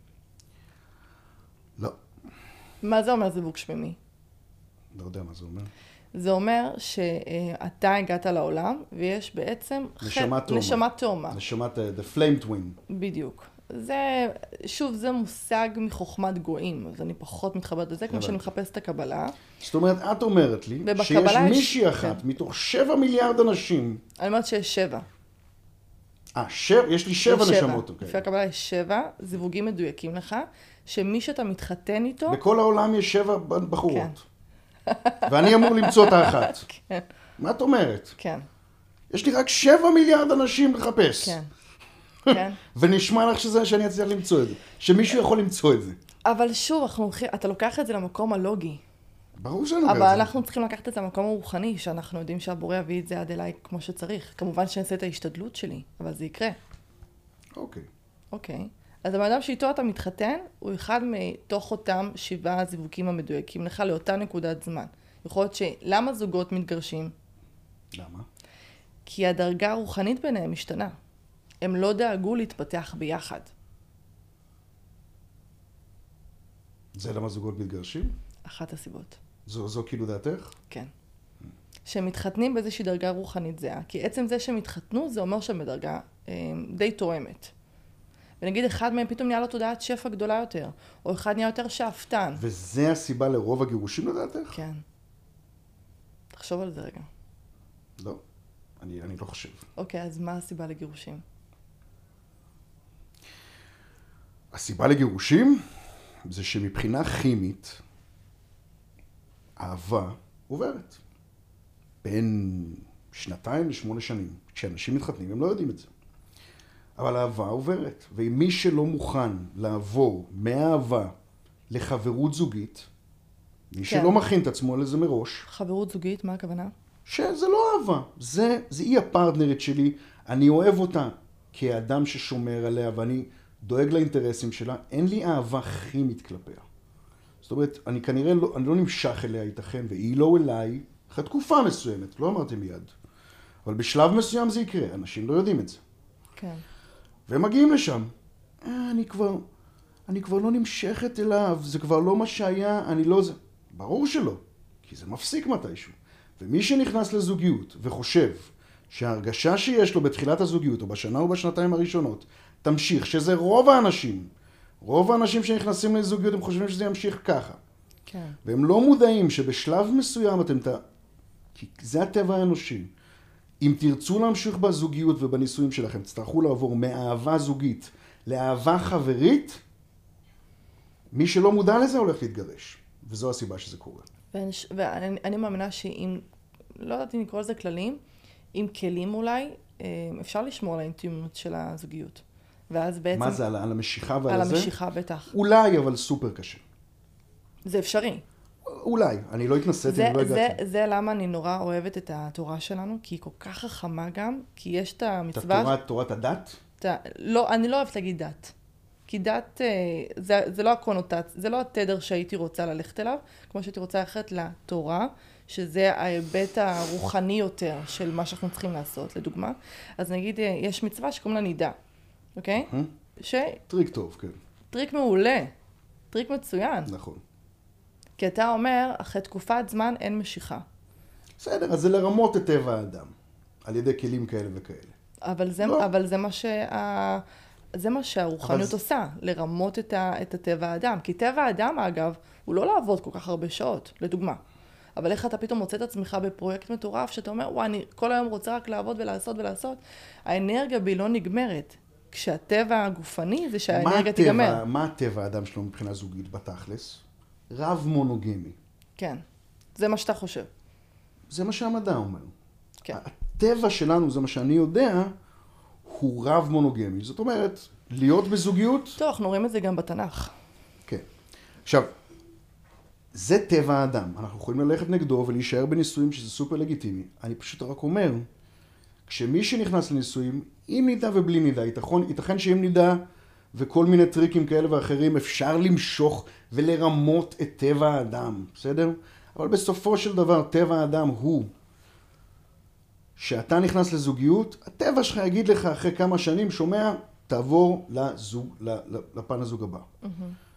לא. מה זה אומר זיווג שמימי? לא יודע מה זה אומר. זה אומר שאתה הגעת לעולם, ויש בעצם... נשמה תאומה. נשמה תאומה. נשמת the flame twin. בדיוק. זה, שוב, זה מושג מחוכמת גויים, אז אני פחות מתחברת לזה, כמו שאני מחפש את הקבלה. זאת אומרת, את אומרת לי שיש מישהי אחת מתוך שבע מיליארד אנשים. אני אומרת שיש שבע. אה, יש לי שבע נשמות. לפי הקבלה יש שבע, זיווגים מדויקים לך, שמי שאתה מתחתן איתו... בכל העולם יש שבע בחורות. ואני אמור למצוא את האחת. כן. מה את אומרת? כן. יש לי רק שבע מיליארד אנשים לחפש. כן. כן. ונשמע לך שזה שאני אצליח למצוא את זה. שמישהו יכול למצוא את זה. אבל שוב, אנחנו, אתה לוקח את זה למקום הלוגי. ברור שאני לוקח את זה. אבל אנחנו צריכים לקחת את זה למקום הרוחני, שאנחנו יודעים שהבורא יביא את זה עד אליי כמו שצריך. כמובן שאני אעשה את ההשתדלות שלי, אבל זה יקרה. אוקיי. אוקיי. אז הבן שאיתו אתה מתחתן, הוא אחד מתוך אותם שבעה זיווגים המדויקים לך לאותה נקודת זמן. יכול להיות שלמה זוגות מתגרשים? למה? כי הדרגה הרוחנית ביניהם משתנה. הם לא דאגו להתפתח ביחד. זה למה זוגות מתגרשים? אחת הסיבות. זו, זו כאילו דעתך? כן. שהם מתחתנים באיזושהי דרגה רוחנית זהה. כי עצם זה שהם התחתנו, זה אומר שהם בדרגה אה, די תואמת. ונגיד אחד מהם פתאום נהיה לו תודעת שפע גדולה יותר, או אחד נהיה יותר שאפתן. וזה הסיבה לרוב הגירושים לדעתך? כן. תחשוב על זה רגע. לא, אני, אני לא חושב. אוקיי, אז מה הסיבה לגירושים? הסיבה לגירושים זה שמבחינה כימית, אהבה עוברת. בין שנתיים לשמונה שנים. כשאנשים מתחתנים, הם לא יודעים את זה. אבל האהבה עוברת. ואם מי שלא מוכן לעבור מאהבה לחברות זוגית, מי כן. שלא מכין את עצמו לזה מראש. חברות זוגית, מה הכוונה? שזה לא אהבה. זה, זה היא הפרטנרית שלי. אני אוהב אותה כאדם ששומר עליה, ואני דואג לאינטרסים שלה. אין לי אהבה כימית כלפיה. זאת אומרת, אני כנראה לא, אני לא נמשך אליה ייתכן, והיא לא אליי, אחרי תקופה מסוימת, לא אמרתי מיד. אבל בשלב מסוים זה יקרה, אנשים לא יודעים את זה. כן. והם מגיעים לשם. אה, אני כבר, אני כבר לא נמשכת אליו, זה כבר לא מה שהיה, אני לא זה. ברור שלא, כי זה מפסיק מתישהו. ומי שנכנס לזוגיות וחושב שההרגשה שיש לו בתחילת הזוגיות, או בשנה או בשנתיים הראשונות, תמשיך, שזה רוב האנשים, רוב האנשים שנכנסים לזוגיות, הם חושבים שזה ימשיך ככה. כן. והם לא מודעים שבשלב מסוים אתם ת... כי זה הטבע האנושי. אם תרצו להמשיך בזוגיות ובנישואים שלכם, תצטרכו לעבור מאהבה זוגית לאהבה חברית, מי שלא מודע לזה הולך להתגרש, וזו הסיבה שזה קורה. ואני, ואני אני מאמינה שאם, לא יודעת אם נקרא לזה כללים, עם כלים אולי, אפשר לשמור על האינטימיות של הזוגיות. ואז בעצם... מה זה, על, על המשיכה ועל על הזה? על המשיכה, בטח. אולי, אבל סופר קשה. זה אפשרי. אולי, אני לא התנסיתי, זה, אני לא זה, הגעתי. זה למה אני נורא אוהבת את התורה שלנו, כי היא כל כך חכמה גם, כי יש את המצווה... את התורה, תורת הדת? את, לא, אני לא אוהבת להגיד דת. כי דת, זה, זה לא הקונוטציה, זה לא התדר שהייתי רוצה ללכת אליו, כמו שהייתי רוצה ללכת לתורה, שזה ההיבט הרוחני יותר של מה שאנחנו צריכים לעשות, לדוגמה. אז נגיד, יש מצווה שקוראים לה נידה, אוקיי? ש... טריק טוב, כן. טריק מעולה, טריק מצוין. נכון. כי אתה אומר, אחרי תקופת זמן אין משיכה. בסדר, אז זה לרמות את טבע האדם, על ידי כלים כאלה וכאלה. אבל זה, לא. אבל זה מה שה... זה מה שהרוחניות אבל... עושה, לרמות את, ה... את הטבע האדם. כי טבע האדם, אגב, הוא לא לעבוד כל כך הרבה שעות, לדוגמה. אבל איך אתה פתאום מוצא את עצמך בפרויקט מטורף, שאתה אומר, וואי, אני כל היום רוצה רק לעבוד ולעשות ולעשות. האנרגיה בי לא נגמרת. כשהטבע הגופני זה שהאנרגיה תיגמר. מה הטבע האדם שלו מבחינה זוגית בתכלס? רב מונוגמי. כן, זה מה שאתה חושב. זה מה שהמדע אומר. כן. הטבע שלנו, זה מה שאני יודע, הוא רב מונוגמי. זאת אומרת, להיות בזוגיות... טוב, אנחנו רואים את זה גם בתנ"ך. כן. עכשיו, זה טבע האדם. אנחנו יכולים ללכת נגדו ולהישאר בנישואים שזה סופר לגיטימי. אני פשוט רק אומר, כשמי שנכנס לנישואים, עם נידה ובלי נידה, ייתכן, ייתכן שאם נידה וכל מיני טריקים כאלה ואחרים, אפשר למשוך ולרמות את טבע האדם, בסדר? אבל בסופו של דבר, טבע האדם הוא שאתה נכנס לזוגיות, הטבע שלך יגיד לך אחרי כמה שנים, שומע, תעבור לזוג, לפן הזוג הבא. Mm-hmm.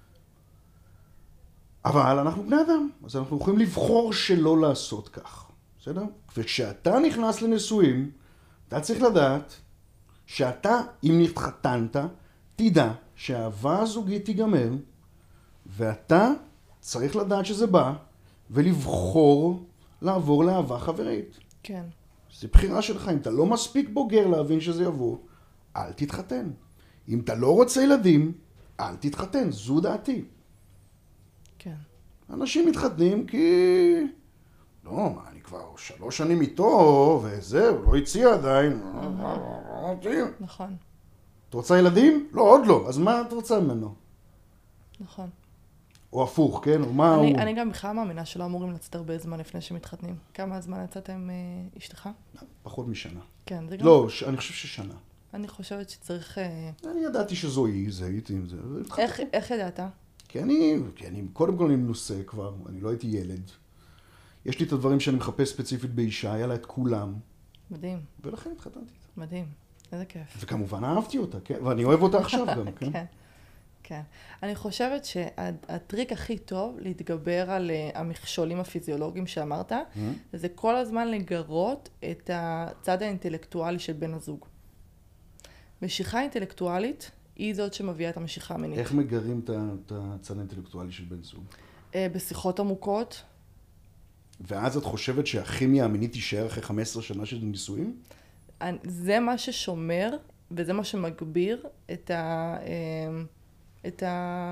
אבל אנחנו בני אדם, אז אנחנו יכולים לבחור שלא לעשות כך, בסדר? וכשאתה נכנס לנישואים, אתה צריך לדעת שאתה, אם נתחתנת, תדע שהאהבה הזוגית תיגמר, ואתה צריך לדעת שזה בא, ולבחור לעבור לאהבה חברית. כן. זו בחירה שלך. אם אתה לא מספיק בוגר להבין שזה יבוא, אל תתחתן. אם אתה לא רוצה ילדים, אל תתחתן. זו דעתי. כן. אנשים מתחתנים כי... לא, אני כבר שלוש שנים איתו, וזהו, לא הציע עדיין. נכון. את רוצה ילדים? לא, עוד לא. אז מה את רוצה ממנו? נכון. או הפוך, כן? או מה אני, הוא... אני גם בכלל מאמינה שלא אמורים לצאת הרבה זמן לפני שמתחתנים. כמה זמן יצאת עם אה, אשתך? פחות משנה. כן, זה גם... לא, ש... אני חושב ששנה. אני חושבת שצריך... אה... אני ידעתי שזו היא, זה הייתי עם זה. איך, איך ידעת? כי אני, כי אני, קודם כל אני מנוסה כבר, אני לא הייתי ילד. יש לי את הדברים שאני מחפש ספציפית באישה, היה לה את כולם. מדהים. ולכן התחתנתי איתה. מדהים. איזה כיף. וכמובן אהבתי אותה, כן? ואני אוהב אותה עכשיו גם, כן? כן. כן. אני חושבת שהטריק הכי טוב להתגבר על המכשולים הפיזיולוגיים שאמרת, זה כל הזמן לגרות את הצד האינטלקטואלי של בן הזוג. משיכה אינטלקטואלית היא זאת שמביאה את המשיכה המינית. איך מגרים את הצד האינטלקטואלי של בן זוג? בשיחות עמוקות. ואז את חושבת שהכימיה המינית תישאר אחרי חמש עשרה שנה של נישואים? זה מה ששומר, וזה מה שמגביר את ה... את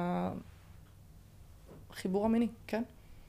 החיבור המיני, כן?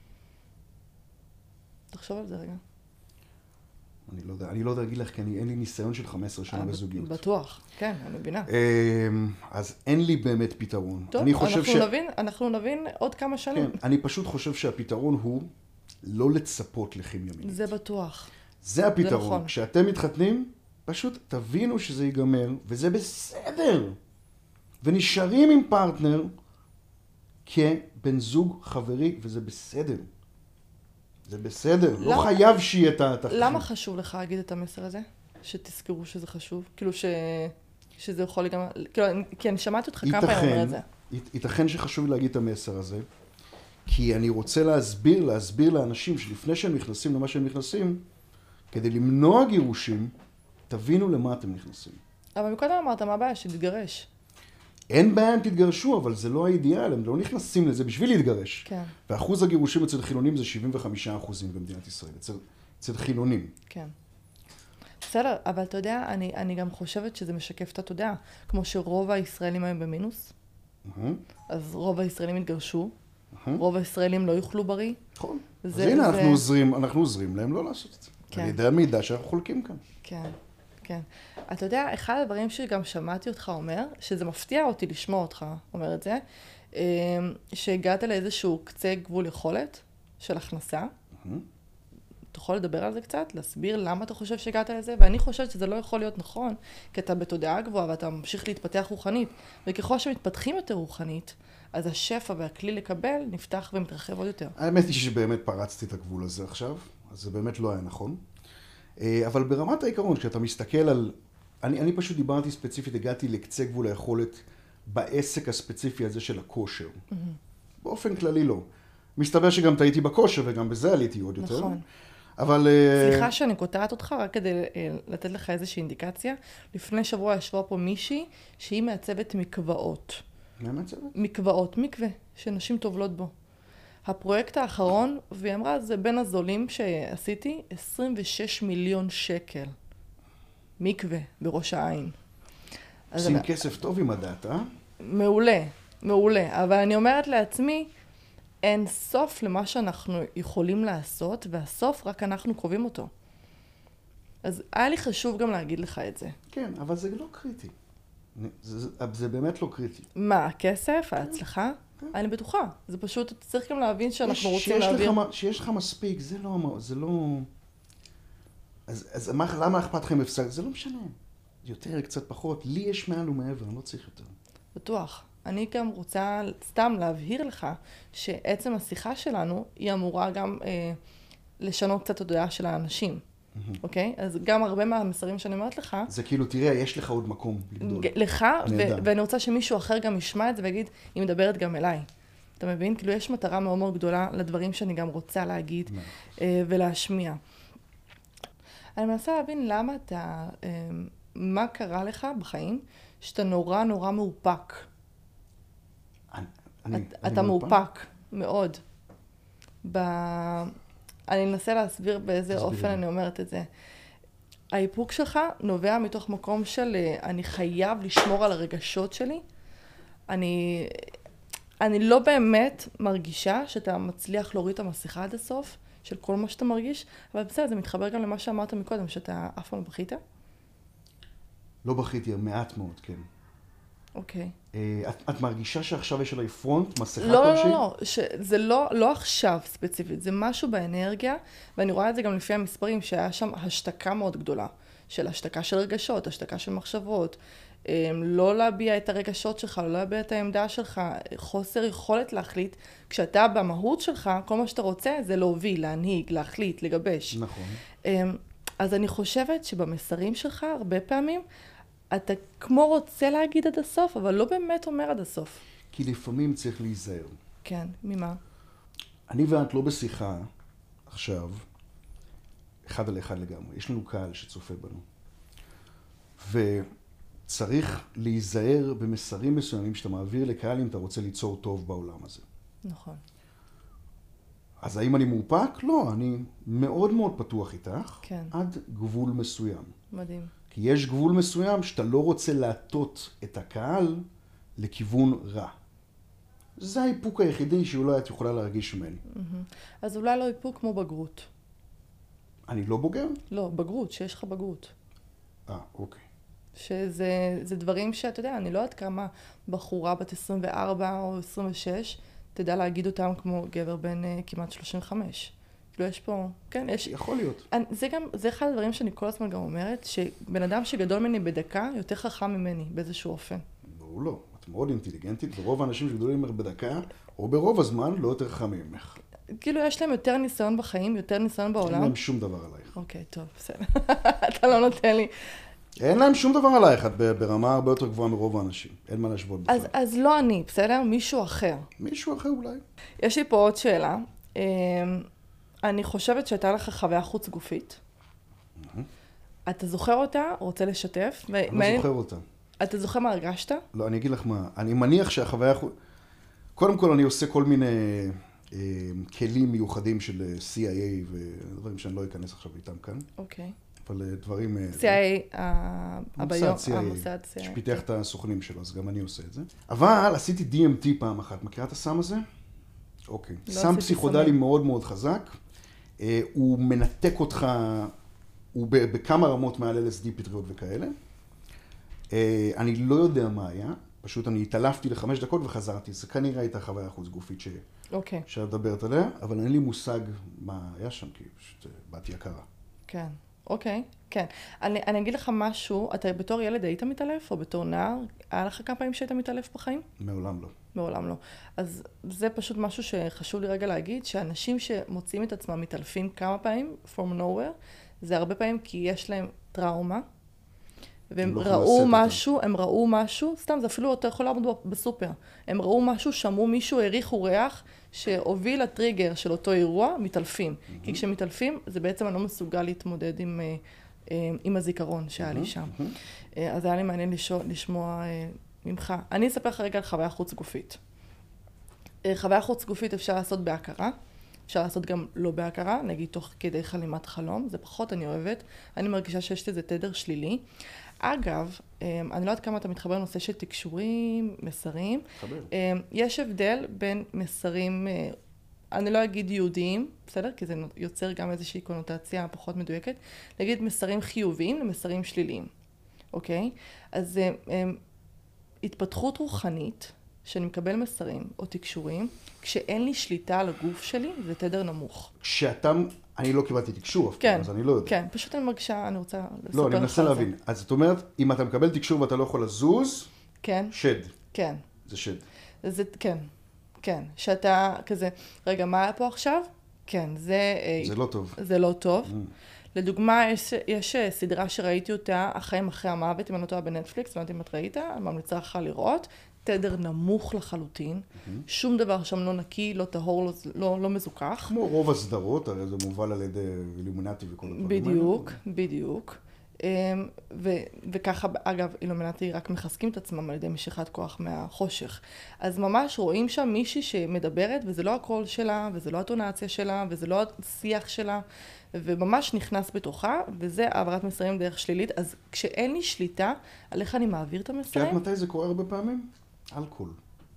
תחשוב על זה רגע. אני לא יודע, אני לא יודע להגיד לך, כי אני, אין לי ניסיון של חמש עשרה שנה בזוגיות. בטוח, כן, אני מבינה. אז אין לי באמת פתרון. טוב, אני חושב אנחנו ש... נבין, אנחנו נבין עוד כמה שנים. כן, אני פשוט חושב שהפתרון הוא לא לצפות לכימיה מינית. זה בטוח. זה הפתרון. זה נכון. כשאתם מתחתנים, פשוט תבינו שזה ייגמר, וזה בסדר. ונשארים עם פרטנר כבן זוג חברי, וזה בסדר. זה בסדר. למה, לא חייב שיהיה את התחתים. למה חשוב לך להגיד את המסר הזה? שתזכרו שזה חשוב? כאילו ש... שזה יכול לגמרי... כאילו, כי אני שמעתי אותך כמה פעמים אומר את זה. ייתכן שחשוב לי להגיד את המסר הזה, כי אני רוצה להסביר, להסביר לאנשים שלפני שהם נכנסים למה שהם נכנסים, כדי למנוע גירושים, תבינו למה אתם נכנסים. אבל מקודם אמרת, מה הבעיה? שתתגרש. אין בעיה אם תתגרשו, אבל זה לא האידיאל, הם לא נכנסים לזה בשביל להתגרש. כן. ואחוז הגירושים אצל חילונים זה שבעים וחמישה אחוזים במדינת ישראל, אצל, אצל חילונים. כן. בסדר, אבל אתה יודע, אני, אני גם חושבת שזה משקף את התודעה. כמו שרוב הישראלים היום במינוס, אז רוב הישראלים יתגרשו, רוב הישראלים לא יאכלו בריא. נכון. אז הנה, אנחנו עוזרים, אנחנו עוזרים להם לא לעשות את זה. כן. על ידי המידע שאנחנו חולקים כאן. כן, כן. אתה יודע, אחד הדברים שגם שמעתי אותך אומר, שזה מפתיע אותי לשמוע אותך אומר את זה, שהגעת לאיזשהו קצה גבול יכולת של הכנסה. אתה יכול לדבר על זה קצת? להסביר למה אתה חושב שהגעת לזה? ואני חושבת שזה לא יכול להיות נכון, כי אתה בתודעה גבוהה ואתה ממשיך להתפתח רוחנית. וככל שמתפתחים יותר רוחנית, אז השפע והכלי לקבל נפתח ומתרחב עוד יותר. האמת היא שבאמת פרצתי את הגבול הזה עכשיו, אז זה באמת לא היה נכון. אבל ברמת העיקרון, כשאתה מסתכל על... אני, אני פשוט דיברתי ספציפית, הגעתי לקצה גבול היכולת בעסק הספציפי הזה של הכושר. Mm-hmm. באופן כללי לא. מסתבר שגם טעיתי בכושר וגם בזה עליתי עוד יותר. נכון. אבל... סליחה שאני קוטעת אותך, רק כדי לתת לך איזושהי אינדיקציה. לפני שבוע ישבה פה מישהי שהיא מעצבת מקוואות. מה מעצבת? מקוואות, מקווה, שנשים טובלות בו. הפרויקט האחרון, והיא אמרה, זה בין הזולים שעשיתי, עשרים ושש מיליון שקל. מקווה, בראש העין. עושים אני... כסף טוב עם הדת, אה? מעולה, מעולה. אבל אני אומרת לעצמי, אין סוף למה שאנחנו יכולים לעשות, והסוף רק אנחנו קובעים אותו. אז היה לי חשוב גם להגיד לך את זה. כן, אבל זה לא קריטי. זה, זה, זה באמת לא קריטי. מה, הכסף, ההצלחה? כן. אני בטוחה. זה פשוט, אתה צריך גם להבין שאנחנו רוצים שיש להעביר... לך, שיש לך מספיק, זה לא... זה לא... אז, אז מה, למה אכפת לכם הפסק? זה לא משנה. יותר, קצת פחות. לי יש מעל ומעבר, אני לא צריך יותר. בטוח. אני גם רוצה סתם להבהיר לך שעצם השיחה שלנו היא אמורה גם אה, לשנות קצת הדעה של האנשים. אוקיי? אז גם הרבה מהמסרים שאני אומרת לך... זה כאילו, תראה, יש לך עוד מקום לגדול. לך, ו- ואני רוצה שמישהו אחר גם ישמע את זה ויגיד, היא מדברת גם אליי. אתה מבין? כאילו, יש מטרה מאוד מאוד גדולה לדברים שאני גם רוצה להגיד אה, ולהשמיע. אני מנסה להבין למה אתה... אה, מה קרה לך בחיים שאתה נורא נורא מאופק. אני, אני, אתה, אני אתה מאופק מאוד. ב... אני אנסה להסביר באיזה תסביר. אופן אני אומרת את זה. האיפוק שלך נובע מתוך מקום של אני חייב לשמור על הרגשות שלי. אני, אני לא באמת מרגישה שאתה מצליח להוריד את המסכה עד הסוף של כל מה שאתה מרגיש, אבל בסדר, זה מתחבר גם למה שאמרת מקודם, שאתה אף פעם לא בכית? לא בכיתי, מעט מאוד, כן. אוקיי. את, את מרגישה שעכשיו יש עליי פרונט, מסכה לא, כלשהי? לא, לא, זה לא, לא עכשיו ספציפית, זה משהו באנרגיה, ואני רואה את זה גם לפי המספרים, שהיה שם השתקה מאוד גדולה, של השתקה של רגשות, השתקה של מחשבות, לא להביע את הרגשות שלך, לא להביע את העמדה שלך, חוסר יכולת להחליט, כשאתה במהות שלך, כל מה שאתה רוצה זה להוביל, להנהיג, להחליט, לגבש. נכון. אז אני חושבת שבמסרים שלך, הרבה פעמים, אתה כמו רוצה להגיד עד הסוף, אבל לא באמת אומר עד הסוף. כי לפעמים צריך להיזהר. כן, ממה? אני ואת לא בשיחה עכשיו, אחד על אחד לגמרי. יש לנו קהל שצופה בנו. וצריך להיזהר במסרים מסוימים שאתה מעביר לקהל אם אתה רוצה ליצור טוב בעולם הזה. נכון. אז האם אני מאופק? לא, אני מאוד מאוד פתוח איתך. כן. עד גבול מסוים. מדהים. כי יש גבול מסוים שאתה לא רוצה להטות את הקהל לכיוון רע. זה האיפוק היחידי שאולי את יכולה להרגיש ממני. אז אולי לא איפוק כמו בגרות. אני לא בוגר? לא, בגרות, שיש לך בגרות. אה, אוקיי. שזה זה דברים שאתה יודע, אני לא יודעת כמה בחורה בת עשרים וארבע או עשרים ושש, תדע להגיד אותם כמו גבר בן uh, כמעט שלושים וחמש. כאילו יש פה, כן, יש... יכול להיות. אני, זה גם, זה אחד הדברים שאני כל הזמן גם אומרת, שבן אדם שגדול ממני בדקה, יותר חכם ממני באיזשהו אופן. לא, לא. את מאוד אינטליגנטית, ורוב האנשים שגדולים ממך בדקה, או ברוב הזמן, לא יותר חכמים ממך. כאילו יש להם יותר ניסיון בחיים, יותר ניסיון בעולם. אין להם שום דבר עלייך. אוקיי, טוב, בסדר. אתה לא נותן לי. אין להם שום דבר עלייך, את ברמה הרבה יותר גבוהה מרוב האנשים. אין מה להשוות בכלל. אז, אז לא אני, בסדר? מישהו אחר. מישהו אחר אולי. יש לי פה עוד שאלה. אני חושבת שהייתה לך חוויה חוץ גופית. אתה זוכר אותה, רוצה לשתף? אני לא זוכר אותה. אתה זוכר מה הרגשת? לא, אני אגיד לך מה. אני מניח שהחוויה... קודם כל אני עושה כל מיני כלים מיוחדים של סי איי איי ודברים שאני לא אכנס עכשיו איתם כאן. אוקיי. אבל דברים... סי איי איי, המוסד סי איי איי, שפיתח את הסוכנים שלו, אז גם אני עושה את זה. אבל עשיתי די אם טי פעם אחת. מכירה את הסם הזה? אוקיי. סם פסיכודלי מאוד מאוד חזק. הוא מנתק אותך, הוא בכמה רמות מעל אל אס די פטריות וכאלה. אני לא יודע מה היה, פשוט אני התעלפתי לחמש דקות וחזרתי. זה כנראה הייתה חוויה חוץ גופית שאת מדברת עליה, אבל אין לי מושג מה היה שם, כי פשוט באתי הכרה. כן, אוקיי, כן. אני, אני אגיד לך משהו, אתה בתור ילד היית מתעלף, או בתור נער, היה לך כמה פעמים שהיית מתעלף בחיים? מעולם לא. מעולם לא. אז זה פשוט משהו שחשוב לי רגע להגיד, שאנשים שמוצאים את עצמם מתעלפים כמה פעמים, from nowhere, זה הרבה פעמים כי יש להם טראומה, והם ראו משהו, אותם. הם ראו משהו, סתם, זה אפילו אתה יכול לעמוד בסופר, הם ראו משהו, שמעו מישהו, הריחו ריח, שהוביל לטריגר של אותו אירוע, מתעלפים. Mm-hmm. כי כשמתעלפים, זה בעצם אני לא מסוגל להתמודד עם, עם הזיכרון שהיה לי שם. Mm-hmm. אז היה לי מעניין לשמוע, לשמוע ממך. אני אספר לך רגע על חוויה חוץ גופית. חוויה חוץ גופית אפשר לעשות בהכרה, אפשר לעשות גם לא בהכרה, נגיד תוך כדי חלימת חלום, זה פחות אני אוהבת, אני מרגישה שיש לזה תדר שלילי. אגב, אני לא יודעת כמה אתה מתחבר לנושא של תקשורים, מסרים. חבר. יש הבדל בין מסרים, אני לא אגיד יהודיים, בסדר? כי זה יוצר גם איזושהי קונוטציה פחות מדויקת, נגיד מסרים חיוביים למסרים שליליים, אוקיי? אז התפתחות רוחנית, שאני מקבל מסרים או תקשורים, כשאין לי שליטה על הגוף שלי, זה תדר נמוך. כשאתה, אני לא קיבלתי תקשור, כן, אז אני לא יודע. כן, פשוט אני מרגישה, אני רוצה לספר לך על זה. לא, אני מנסה להבין. אז זאת אומרת, אם אתה מקבל תקשור ואתה לא יכול לזוז, כן. שד. כן. זה שד. זה, כן, כן. שאתה כזה, רגע, מה היה פה עכשיו? כן, זה... זה לא טוב. זה לא טוב. Mm. לדוגמה, יש, יש סדרה שראיתי אותה, החיים אחרי המוות, אם אני לא טועה בנטפליקס, לא יודעת אם את ראית, אני ממליצה לך לראות. תדר נמוך לחלוטין, mm-hmm. שום דבר שם לא נקי, לא טהור, לא, לא, לא מזוכח. כמו רוב הסדרות, הרי זה מובל על ידי אילומינטי וכל הדברים. בדיוק, האלה. בדיוק. ו, וככה, אגב, אילומינטי רק מחזקים את עצמם על ידי משיכת כוח מהחושך. אז ממש רואים שם מישהי שמדברת, וזה לא הקול שלה, וזה לא הטונציה שלה, וזה לא השיח שלה, וממש נכנס בתוכה, וזה העברת מסרים דרך שלילית. אז כשאין לי שליטה על איך אני מעביר את המסרים... כי את מתי זה קורה הרבה פעמים? אלכוהול.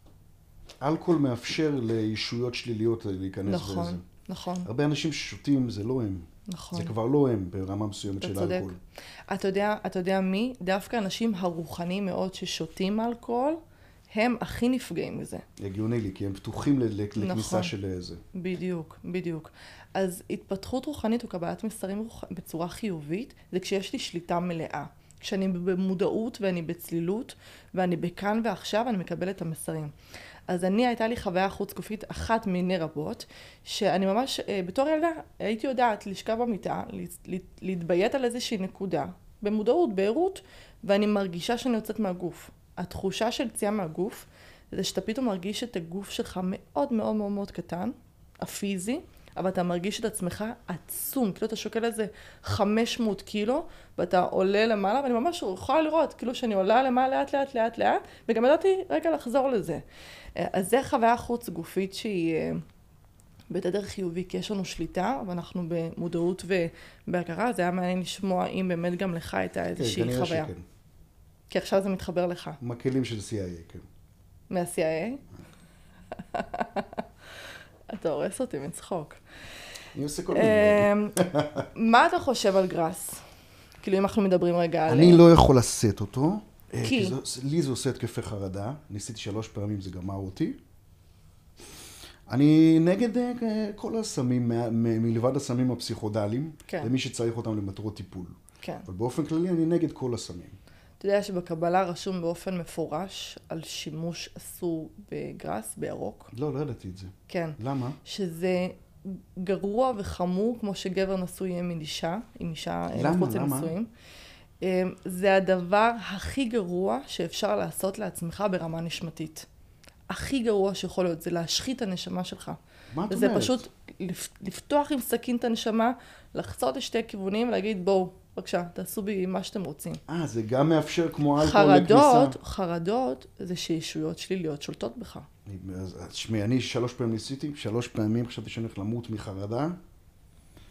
אלכוהול מאפשר לישויות שליליות להיכנס נכון, באיזה. נכון. הרבה אנשים ששותים זה לא הם. נכון. זה כבר לא הם ברמה מסוימת של צודק. אלכוהול. אתה יודע, אתה יודע מי? דווקא אנשים הרוחניים מאוד ששותים אלכוהול, הם הכי נפגעים מזה. הגיוני לי, כי הם פתוחים לכניסה נכון. של זה. בדיוק, בדיוק. אז התפתחות רוחנית או קבלת מסרים רוח... בצורה חיובית, זה כשיש לי שליטה מלאה. כשאני במודעות ואני בצלילות, ואני בכאן ועכשיו, אני מקבלת את המסרים. אז אני, הייתה לי חוויה חוץ גופית אחת מיני רבות, שאני ממש, בתור ילדה, הייתי יודעת לשכב במיטה, להתביית על איזושהי נקודה, במודעות, בעירות, ואני מרגישה שאני יוצאת מהגוף. התחושה של יציאה מהגוף, זה שאתה פתאום מרגיש את הגוף שלך מאוד מאוד מאוד מאוד קטן, הפיזי, אבל אתה מרגיש את עצמך עצום, כאילו אתה שוקל איזה חמש מאות קילו, ואתה עולה למעלה, ואני ממש יכולה לראות, כאילו שאני עולה למעלה לאט לאט לאט לאט, וגם ידעתי רגע לחזור לזה. אז זה חוויה חוץ גופית שהיא בתדר חיובי, כי יש לנו שליטה, ואנחנו במודעות ובהכרה, זה היה מעניין לשמוע אם באמת גם לך הייתה איזושהי כן, חוויה. שכן. כי עכשיו זה מתחבר לך. מקלים של סי איי איי, כן. מה-סי איי איי? אתה הורס אותי מצחוק. אני עושה כל מיני. מה אתה חושב על גראס? כאילו אם אנחנו מדברים רגע על... אני לא יכול לשאת אותו. כי? לי זה עושה התקפי חרדה. ניסיתי שלוש פעמים, זה גמר אותי. אני נגד כל הסמים, מלבד הסמים הפסיכודליים, למי שצריך אותם למטרות טיפול. כן. אבל באופן כללי אני נגד כל הסמים. אתה יודע שבקבלה רשום באופן מפורש על שימוש אסור בגראס, בירוק? לא, לא ידעתי את זה. כן. למה? שזה גרוע וחמור, כמו שגבר נשוי יהיה עם אישה, עם אישה מחוץ לנישואים. זה הדבר הכי גרוע שאפשר לעשות לעצמך ברמה נשמתית. הכי גרוע שיכול להיות, זה להשחית את הנשמה שלך. מה את אומרת? וזה פשוט לפתוח עם סכין את הנשמה, לחצות לשתי כיוונים ולהגיד בואו, בבקשה, תעשו בי מה שאתם רוצים. אה, זה גם מאפשר כמו אלכוהול לכניסה. חרדות, חרדות זה שישויות שליליות שולטות בך. שמי, אני שלוש פעמים ניסיתי, שלוש פעמים חשבתי שאני הולך למות מחרדה,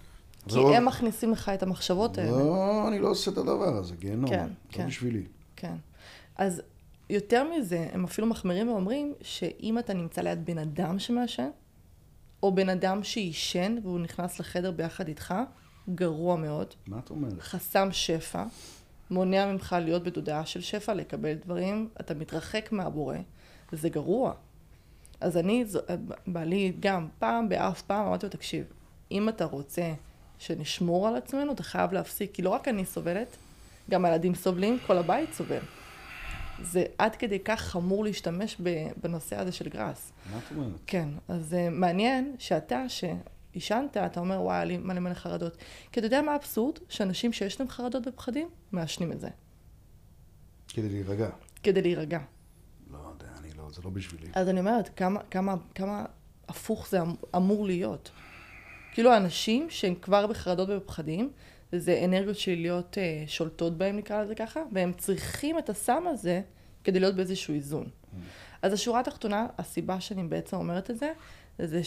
כי לא... הם מכניסים לך את המחשבות האלה. לא, אני לא עושה את הדבר הזה, גיהנום. כן, לא כן. בשבילי. כן. אז יותר מזה, הם אפילו מחמירים ואומרים שאם אתה נמצא ליד בן אדם שמעשן, או בן אדם שישן והוא נכנס לחדר ביחד איתך, גרוע מאוד. מה את אומרת? חסם שפע, מונע ממך להיות בתודעה של שפע, לקבל דברים, אתה מתרחק מהבורא, זה גרוע. אז אני, בעלי גם פעם באף פעם, אמרתי לו, תקשיב, אם אתה רוצה שנשמור על עצמנו, אתה חייב להפסיק, כי לא רק אני סובלת, גם הילדים סובלים, כל הבית סובל. זה עד כדי כך חמור להשתמש בנושא הזה של גראס. מה את אומרת? כן, אז מעניין שאתה, שהישנת, אתה אומר, וואי, לי מלא מלא חרדות. כי אתה יודע מה האבסורד? שאנשים שיש להם חרדות ופחדים, מעשנים את זה. כדי להירגע. כדי להירגע. לא יודע, אני לא, זה לא בשבילי. אז אני אומרת, כמה, כמה, כמה הפוך זה אמור להיות. כאילו, האנשים שהם כבר בחרדות ובפחדים, זה אנרגיות שליליות uh, שולטות בהם, נקרא לזה ככה, והם צריכים את הסם הזה כדי להיות באיזשהו איזון. Mm. אז השורה התחתונה, הסיבה שאני בעצם אומרת את זה, זה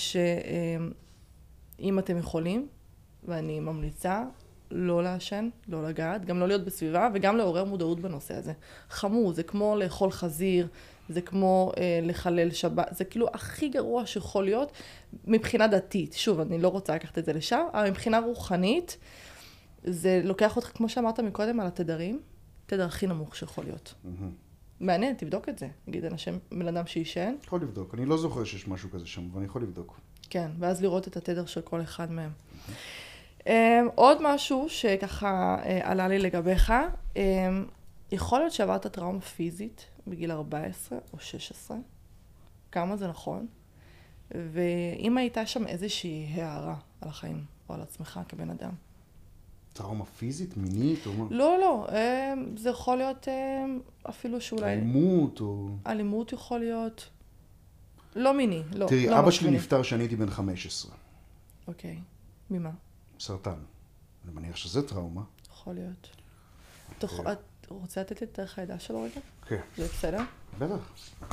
שאם אתם יכולים, ואני ממליצה לא לעשן, לא לגעת, גם לא להיות בסביבה, וגם לעורר מודעות בנושא הזה. חמור, זה כמו לאכול חזיר, זה כמו אה, לחלל שבת, זה כאילו הכי גרוע שיכול להיות מבחינה דתית. שוב, אני לא רוצה לקחת את זה לשם, אבל מבחינה רוחנית, זה לוקח אותך, כמו שאמרת מקודם, על התדרים, תדר הכי נמוך שיכול להיות. Mm-hmm. מעניין, תבדוק את זה. נגיד, אנשים, בן אדם שישן. יכול לבדוק. אני לא זוכר שיש משהו כזה שם, אבל אני יכול לבדוק. כן, ואז לראות את התדר של כל אחד מהם. Mm-hmm. Um, עוד משהו שככה uh, עלה לי לגביך, um, יכול להיות שעברת טראומה פיזית בגיל ארבע עשרה או שש עשרה, כמה זה נכון, ואם הייתה שם איזושהי הערה על החיים או על עצמך כבן אדם. טראומה פיזית, מינית או מה? לא, לא, זה יכול להיות אפילו שאולי... אלימות או... אלימות יכול להיות... לא מיני, לא. תראי, לא אבא שלי מיני. נפטר כשאני הייתי בן חמש עשרה. אוקיי, ממה? סרטן. אני מניח שזה טראומה. יכול להיות. אתה רוצה לתת לי את דרך הידע שלו רגע? כן. זה בסדר? בטח.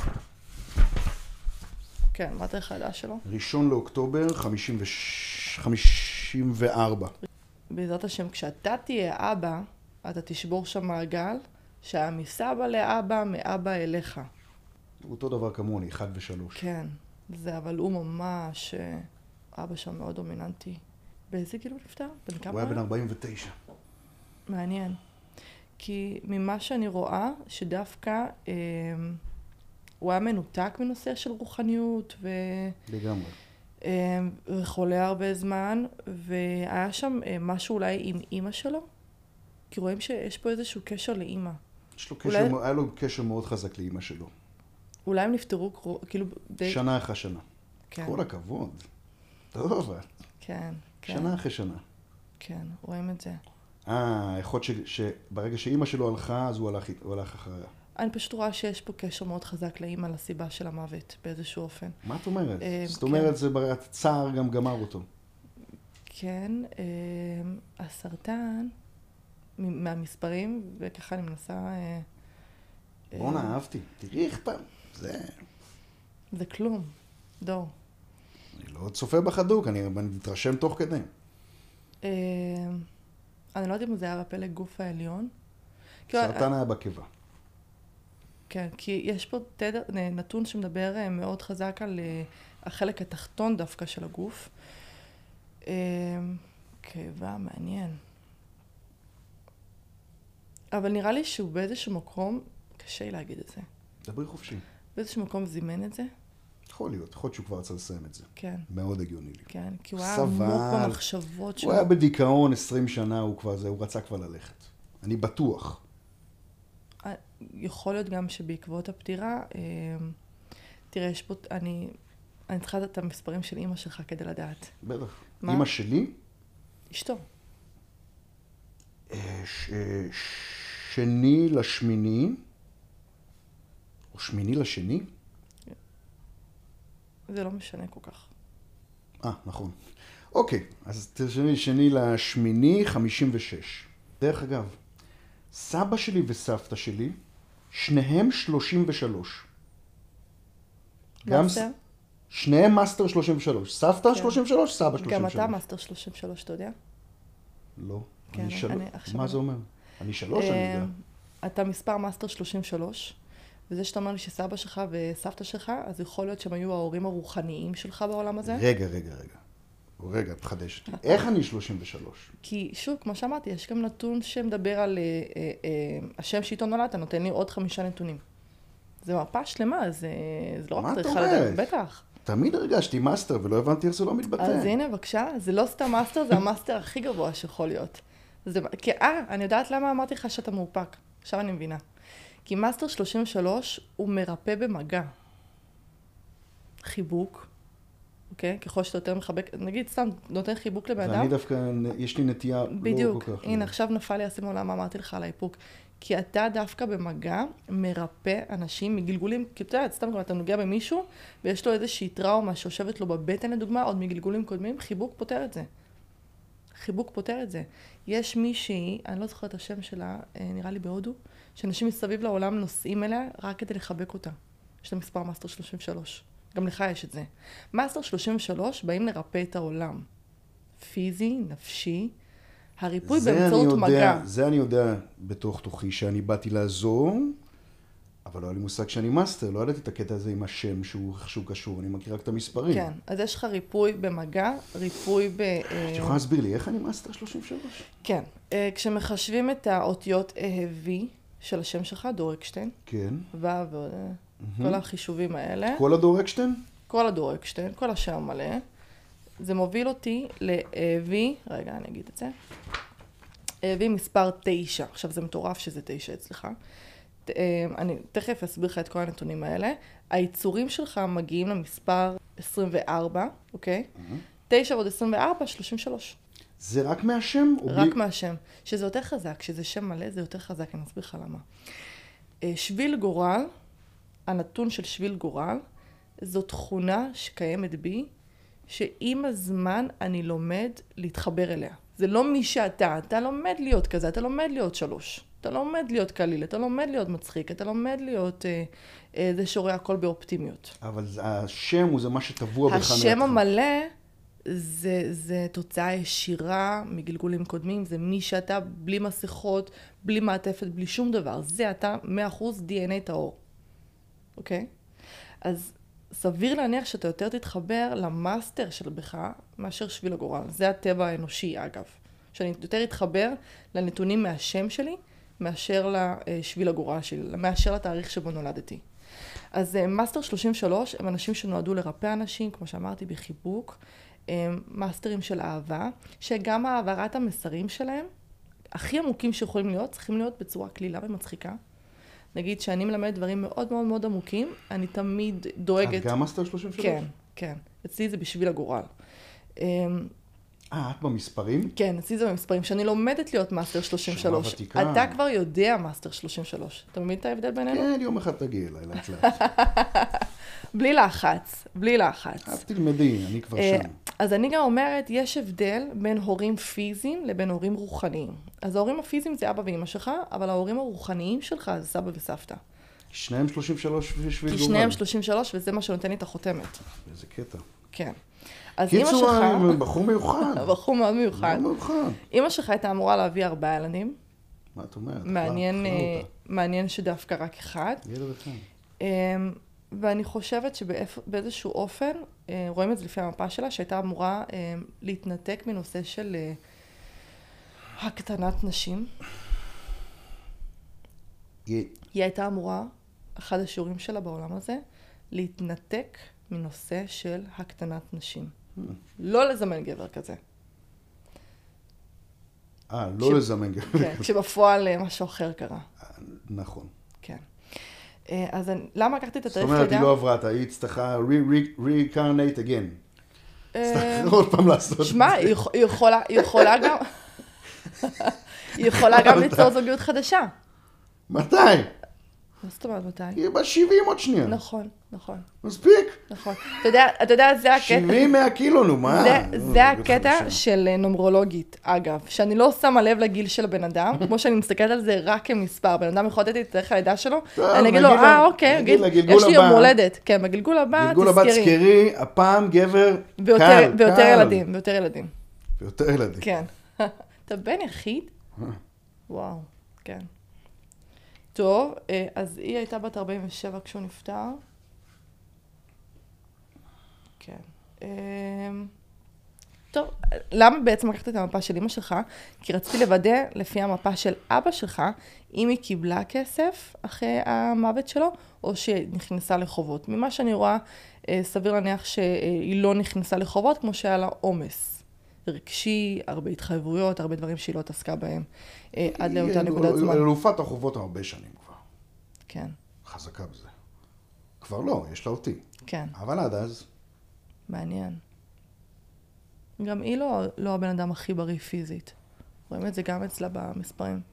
כן, מה דרך הידע שלו? ראשון לאוקטובר, חמישים וארבע. בעזרת השם, כשאתה תהיה אבא, אתה תשבור שם מעגל, שהיה מסבא לאבא, מאבא אליך. אותו דבר כמוני, אחד ושלוש. כן, זה, אבל הוא ממש, אבא שם מאוד דומיננטי. באיזה גיל הוא נפטר? בן כמה? הוא היה בן ארבעים ותשע. מעניין. כי ממה שאני רואה, שדווקא אה, הוא היה מנותק מנושא של רוחניות, ו... לגמרי. וחולה הרבה זמן, והיה שם משהו אולי עם אימא שלו, כי רואים שיש פה איזשהו קשר לאימא. יש לו קשר, אולי... היה לו קשר מאוד חזק לאימא שלו. אולי הם נפטרו כאילו די... שנה אחרי שנה. כן. כל הכבוד. טוב. כן, כן. שנה אחרי שנה. כן, רואים את זה. אה, יכול להיות שברגע שאימא שלו הלכה, אז הוא הלך, הוא הלך אחריה. אני פשוט רואה שיש פה קשר מאוד חזק לאמא לסיבה של המוות, באיזשהו אופן. מה את אומרת? זאת אומרת, זה הצער גם גמר אותו. כן, הסרטן, מהמספרים, וככה אני מנסה... בוא'נה, אהבתי. תראי איך פעם. זה... זה כלום, דור. אני לא צופה בחדוק, אני מתרשם תוך כדי. אני לא יודעת אם זה היה בפלג גוף העליון. סרטן היה בקיבה. כן, כי יש פה תדר, נתון שמדבר מאוד חזק על החלק התחתון דווקא של הגוף. קיבה, מעניין. אבל נראה לי שהוא באיזשהו מקום, קשה לי להגיד את זה. דברי חופשי. באיזשהו מקום זימן את זה. יכול להיות, יכול להיות שהוא כבר רצה לסיים את זה. כן. מאוד הגיוני לי. כן, כי הוא היה עמוק במחשבות שלו. הוא היה בדיכאון עשרים שנה, הוא כבר זה, הוא רצה כבר ללכת. אני בטוח. יכול להיות גם שבעקבות הפטירה, תראה, יש פה, אני, אני צריכה לדעת את המספרים של אמא שלך כדי לדעת. בטח. אמא שלי? אשתו. ש... שני לשמיני, או שמיני לשני? זה לא משנה כל כך. אה, נכון. אוקיי, אז תרשמי, שני לשמיני, חמישים ושש. דרך אגב, סבא שלי וסבתא שלי, שניהם שלושים ושלוש. מאסטר? גם... שניהם מאסטר שלושים ושלוש. סבתא כן. שלושים ושלוש, סבא שלושים ושלוש. גם אתה מאסטר שלושים ושלוש, אתה יודע? לא. כן, אני שלוש. אני עכשיו- מה זה אומר? אני שלוש, אני יודע. אתה מספר מאסטר שלושים ושלוש, וזה שאתה אומר לי שסבא שלך וסבתא שלך, אז יכול להיות שהם היו ההורים הרוחניים שלך בעולם הזה? רגע, רגע, רגע. רגע, תחדש לי. איך אני שלושים ושלוש? כי שוב, כמו שאמרתי, יש גם נתון שמדבר על אה, אה, אה, השם שאיתו נולד, אתה נותן לי עוד חמישה נתונים. זה מפה שלמה, זה, זה לא מה רק את צריך אומרת? לדעת, בטח. תמיד הרגשתי מאסטר ולא הבנתי איך זה לא מתבטא. אז הנה, בבקשה, זה לא סתם מאסטר, זה המאסטר הכי גבוה שיכול להיות. זה, כי, אה, אני יודעת למה אמרתי לך שאתה מאופק. עכשיו אני מבינה. כי מאסטר שלושים ושלוש הוא מרפא במגע. חיבוק, אוקיי? ככל שאתה יותר מחבק, נגיד סתם נותן חיבוק לבן אדם. ואני דווקא, יש לי נטייה בדיוק. לא כל כך. הנה, עכשיו נפל לי הסימון למה אמרתי לך על האיפוק. כי אתה דווקא במגע מרפא אנשים מגלגולים, כי אתה יודע, סתם גם אתה נוגע במישהו, ויש לו איזושהי טראומה שיושבת לו בבטן לדוגמה, עוד מגלגולים קודמים, חיבוק פותר את זה. חיבוק פותר את זה. יש מישהי, אני לא זוכרת את השם שלה, נראה לי בהודו, שאנשים מסביב לעולם נוסעים אליה רק כדי לחבק אותה. יש לה מספר מאסטר שלושים ושלוש. גם לך יש את זה. מאסטר שלושים ושלוש באים לרפא את העולם. פיזי, נפשי, הריפוי באמצעות יודע, מגע. זה אני יודע בתוך תוכי שאני באתי לעזור, אבל לא היה לי מושג שאני מאסטר, לא ידעתי את הקטע הזה עם השם שהוא איכשהו קשור, אני מכיר רק את המספרים. כן, אז יש לך ריפוי במגע, ריפוי ב... את יכולה להסביר לי, איך אני מאסטר שלושים ושלוש? כן, כשמחשבים את האותיות A ו V של השם שלך, דור אקשטיין, כן. ו ועוד, כל החישובים האלה, כל הדור אקשטיין? כל הדור אקשטיין, כל השם המלא, זה מוביל אותי ל-V, רגע, אני אגיד את זה, V מספר תשע, עכשיו זה מטורף שזה תשע אצלך, אני תכף אסביר לך את כל הנתונים האלה, היצורים שלך מגיעים למספר עשרים וארבע, אוקיי? תשע ועוד עשרים וארבע, שלושים ושלוש. זה רק מהשם? רק מהשם, שזה יותר חזק, כשזה שם מלא זה יותר חזק, אני אסביר לך למה. שביל גורל, הנתון של שביל גורל, זו תכונה שקיימת בי, שעם הזמן אני לומד להתחבר אליה. זה לא מי שאתה, אתה לומד להיות כזה, אתה לומד להיות שלוש. אתה לומד להיות קליל, אתה לומד להיות מצחיק, אתה לומד להיות אה, אה, זה שרואה הכל באופטימיות. אבל השם הוא זה מה שטבוע בך מהתחלה. השם המלא זה, זה תוצאה ישירה מגלגולים קודמים, זה מי שאתה בלי מסכות, בלי מעטפת, בלי שום דבר. זה אתה מאה אחוז די אן איי טהור. אוקיי? אז סביר להניח שאתה יותר תתחבר למאסטר של בך מאשר שביל הגורל. זה הטבע האנושי אגב. שאני יותר אתחבר לנתונים מהשם שלי, מאשר לשביל הגורל שלי, מאשר לתאריך שבו נולדתי. אז מאסטר שלושים ושלוש הם אנשים שנועדו לרפא אנשים, כמו שאמרתי, בחיבוק, הם מאסטרים של אהבה, שגם העברת המסרים שלהם, הכי עמוקים שיכולים להיות, צריכים להיות בצורה כלילה ומצחיקה. נגיד שאני מלמד דברים מאוד מאוד מאוד עמוקים, אני תמיד דואגת... את גם מאסטר שלושים ושלוש? כן, כן. אצלי זה בשביל הגורל. אה, את במספרים? כן, אצלי זה במספרים. שאני לומדת להיות מאסטר שלושים ושלוש. שמה ותיקה. אתה כבר יודע מאסטר שלושים ושלוש. אתה מבין את ההבדל בינינו? כן, יום אחד תגיעי אליי, לאט לאט. בלי לחץ, בלי לחץ. אז תלמדי, אני כבר שם. אז אני גם אומרת, יש הבדל בין הורים פיזיים לבין הורים רוחניים. אז ההורים הפיזיים זה אבא ואמא שלך, אבל ההורים הרוחניים שלך זה סבא וסבתא. שניהם שלושים ושלוש בשביל כי גורל. שניהם שלושים ושלוש, וזה מה שנותן לי את החותמת. איזה קטע. כן. אז אמא קיצור, שלך... בחור מיוחד. בחור מאוד מיוחד. מאוד מיוחד. אמא שלך הייתה אמורה להביא ארבעה ילדים. מה את אומרת? מעניין, אכלה אה, אותה. מעניין שדווקא רק אחד. ילד אחד. אמ, ואני חושבת שבאיזשהו אופן, אה, רואים את זה לפי המפה שלה, שהייתה אמורה אה, להתנתק מנושא של אה, הקטנת נשים. היא- היא הייתה אמורה, אחד השיעורים שלה בעולם הזה, להתנתק מנושא של הקטנת נשים. לא לזמן גבר כזה. אה, כש- לא לזמן גבר. כן, כשבפועל אה, משהו אחר קרה. נכון. כן. אה, אז אני- למה לקחתי את זאת התאריך אומרת, לידה? היא לא עברה, את היית צריכה re- reincarnate again. אה, צריך עוד פעם לעשות. שמע, היא יכ- היא יכולה, היא יכולה גם... היא יכולה גם ליצור זוגיות חדשה. מתי? מה זאת אומרת מתי? היא ב-שבעים עוד שנייה. נכון, נכון, מספיק. נכון. אתה יודע, אתה יודע, זה הקטע... שבעים מאה קילו, נו, מה? זה, נו, זה זוגיות הקטע חדשה. של נומרולוגית, אגב, שאני לא שמה לב לגיל של הבן אדם, כמו שאני מסתכלת על זה רק כמספר, בן אדם יכול לתת לי את תאריך הלידה שלו, טוב, אני אגיד לו, נגיד אה, לה- אוקיי, נגיד נגיד, לגלגול יש לי יום הבא- הולדת, כן, בגלגול הבא, גלגול הבא תזכרי, תזכרי, הפעם גבר ויותר קל, ויותר קל. ילדים, ויותר ילדים, ויותר ילדים. כן. אתה בן יחיד? וואו, כן. טוב, אז היא הייתה בת ארבעים ושבע כשהוא נפטר. כן. טוב, למה בעצם לקחת את המפה של אמא שלך? כי רציתי לוודא לפי המפה של אבא שלך, אם היא קיבלה כסף אחרי המוות שלו, או שהיא נכנסה לחובות. ממה שאני רואה, סביר להניח שהיא לא נכנסה לחובות, כמו שהיה לה עומס רגשי, הרבה התחייבויות, הרבה דברים שהיא לא תעסקה בהם, עד לאותה נקודת זמן. אלופת החובות הרבה שנים כבר. כן. חזקה בזה. כבר לא, יש לה אותי. כן. אבל עד אז. מעניין. גם היא לא, לא הבן אדם הכי בריא פיזית. רואים את זה גם אצלה במספרים.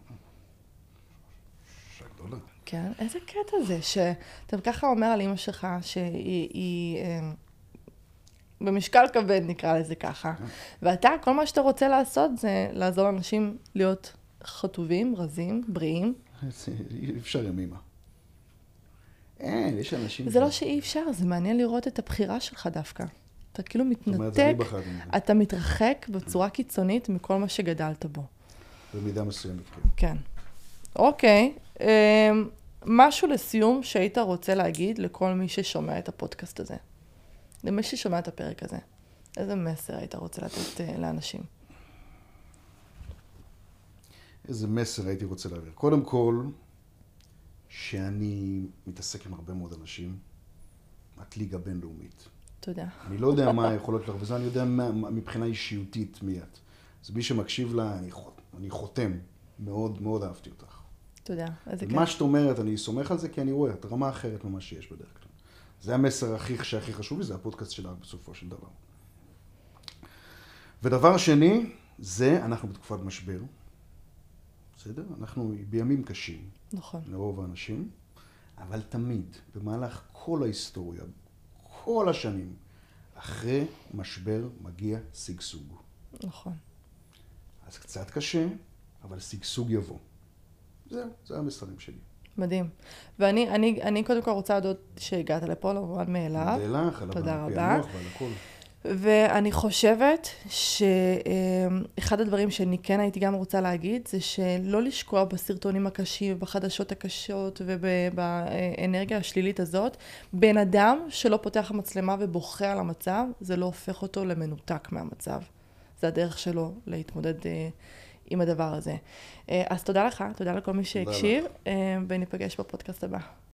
שגדולה. כן, איזה קטע זה, שאתה ככה אומר על אמא שלך, שהיא היא, אה, במשקל כבד נקרא לזה ככה, ואתה, כל מה שאתה רוצה לעשות זה לעזור לאנשים להיות חטובים, רזים, בריאים. אי אפשר עם אמא. אין, יש אנשים... זה לא שאי אפשר, זה מעניין לראות את הבחירה שלך דווקא. אתה כאילו מתנתק, אתה מתרחק בצורה קיצונית מכל מה שגדלת בו. במידה מסוימת, כן. כן. אוקיי. משהו לסיום שהיית רוצה להגיד לכל מי ששומע את הפודקאסט הזה. למי ששומע את הפרק הזה. איזה מסר היית רוצה לתת לאנשים? איזה מסר הייתי רוצה להעביר. קודם כל, שאני מתעסק עם הרבה מאוד אנשים, את ליגה בינלאומית. תודה. אני לא יודע מה היכולות לך, וזה אני יודע מה, מבחינה אישיותית מי את. אז מי שמקשיב לה, אני, אני חותם. מאוד מאוד אהבתי אותך. תודה. איזה כיף. מה שאת אומרת, אני סומך על זה, כי אני רואה, את רמה אחרת ממה שיש בדרך כלל. זה המסר הכי, שהכי חשוב לי, זה הפודקאסט שלך בסופו של דבר. ודבר שני, זה, אנחנו בתקופת משבר. בסדר? אנחנו בימים קשים. נכון. לרוב האנשים, אבל תמיד, במהלך כל ההיסטוריה, כל השנים, אחרי משבר מגיע סגסוג. נכון. אז קצת קשה, אבל סגסוג יבוא. זהו, זה המסרים שלי. מדהים. ואני אני, אני קודם כל רוצה לדעת שהגעת לפה, לא מובן מאליו. תודה לך, על הפענוח ועל הכל. ואני חושבת שאחד הדברים שאני כן הייתי גם רוצה להגיד, זה שלא לשקוע בסרטונים הקשים, בחדשות הקשות ובאנרגיה השלילית הזאת. בן אדם שלא פותח המצלמה ובוכה על המצב, זה לא הופך אותו למנותק מהמצב. זה הדרך שלו להתמודד עם הדבר הזה. אז תודה לך, תודה לכל מי שהקשיב, וניפגש בפודקאסט הבא.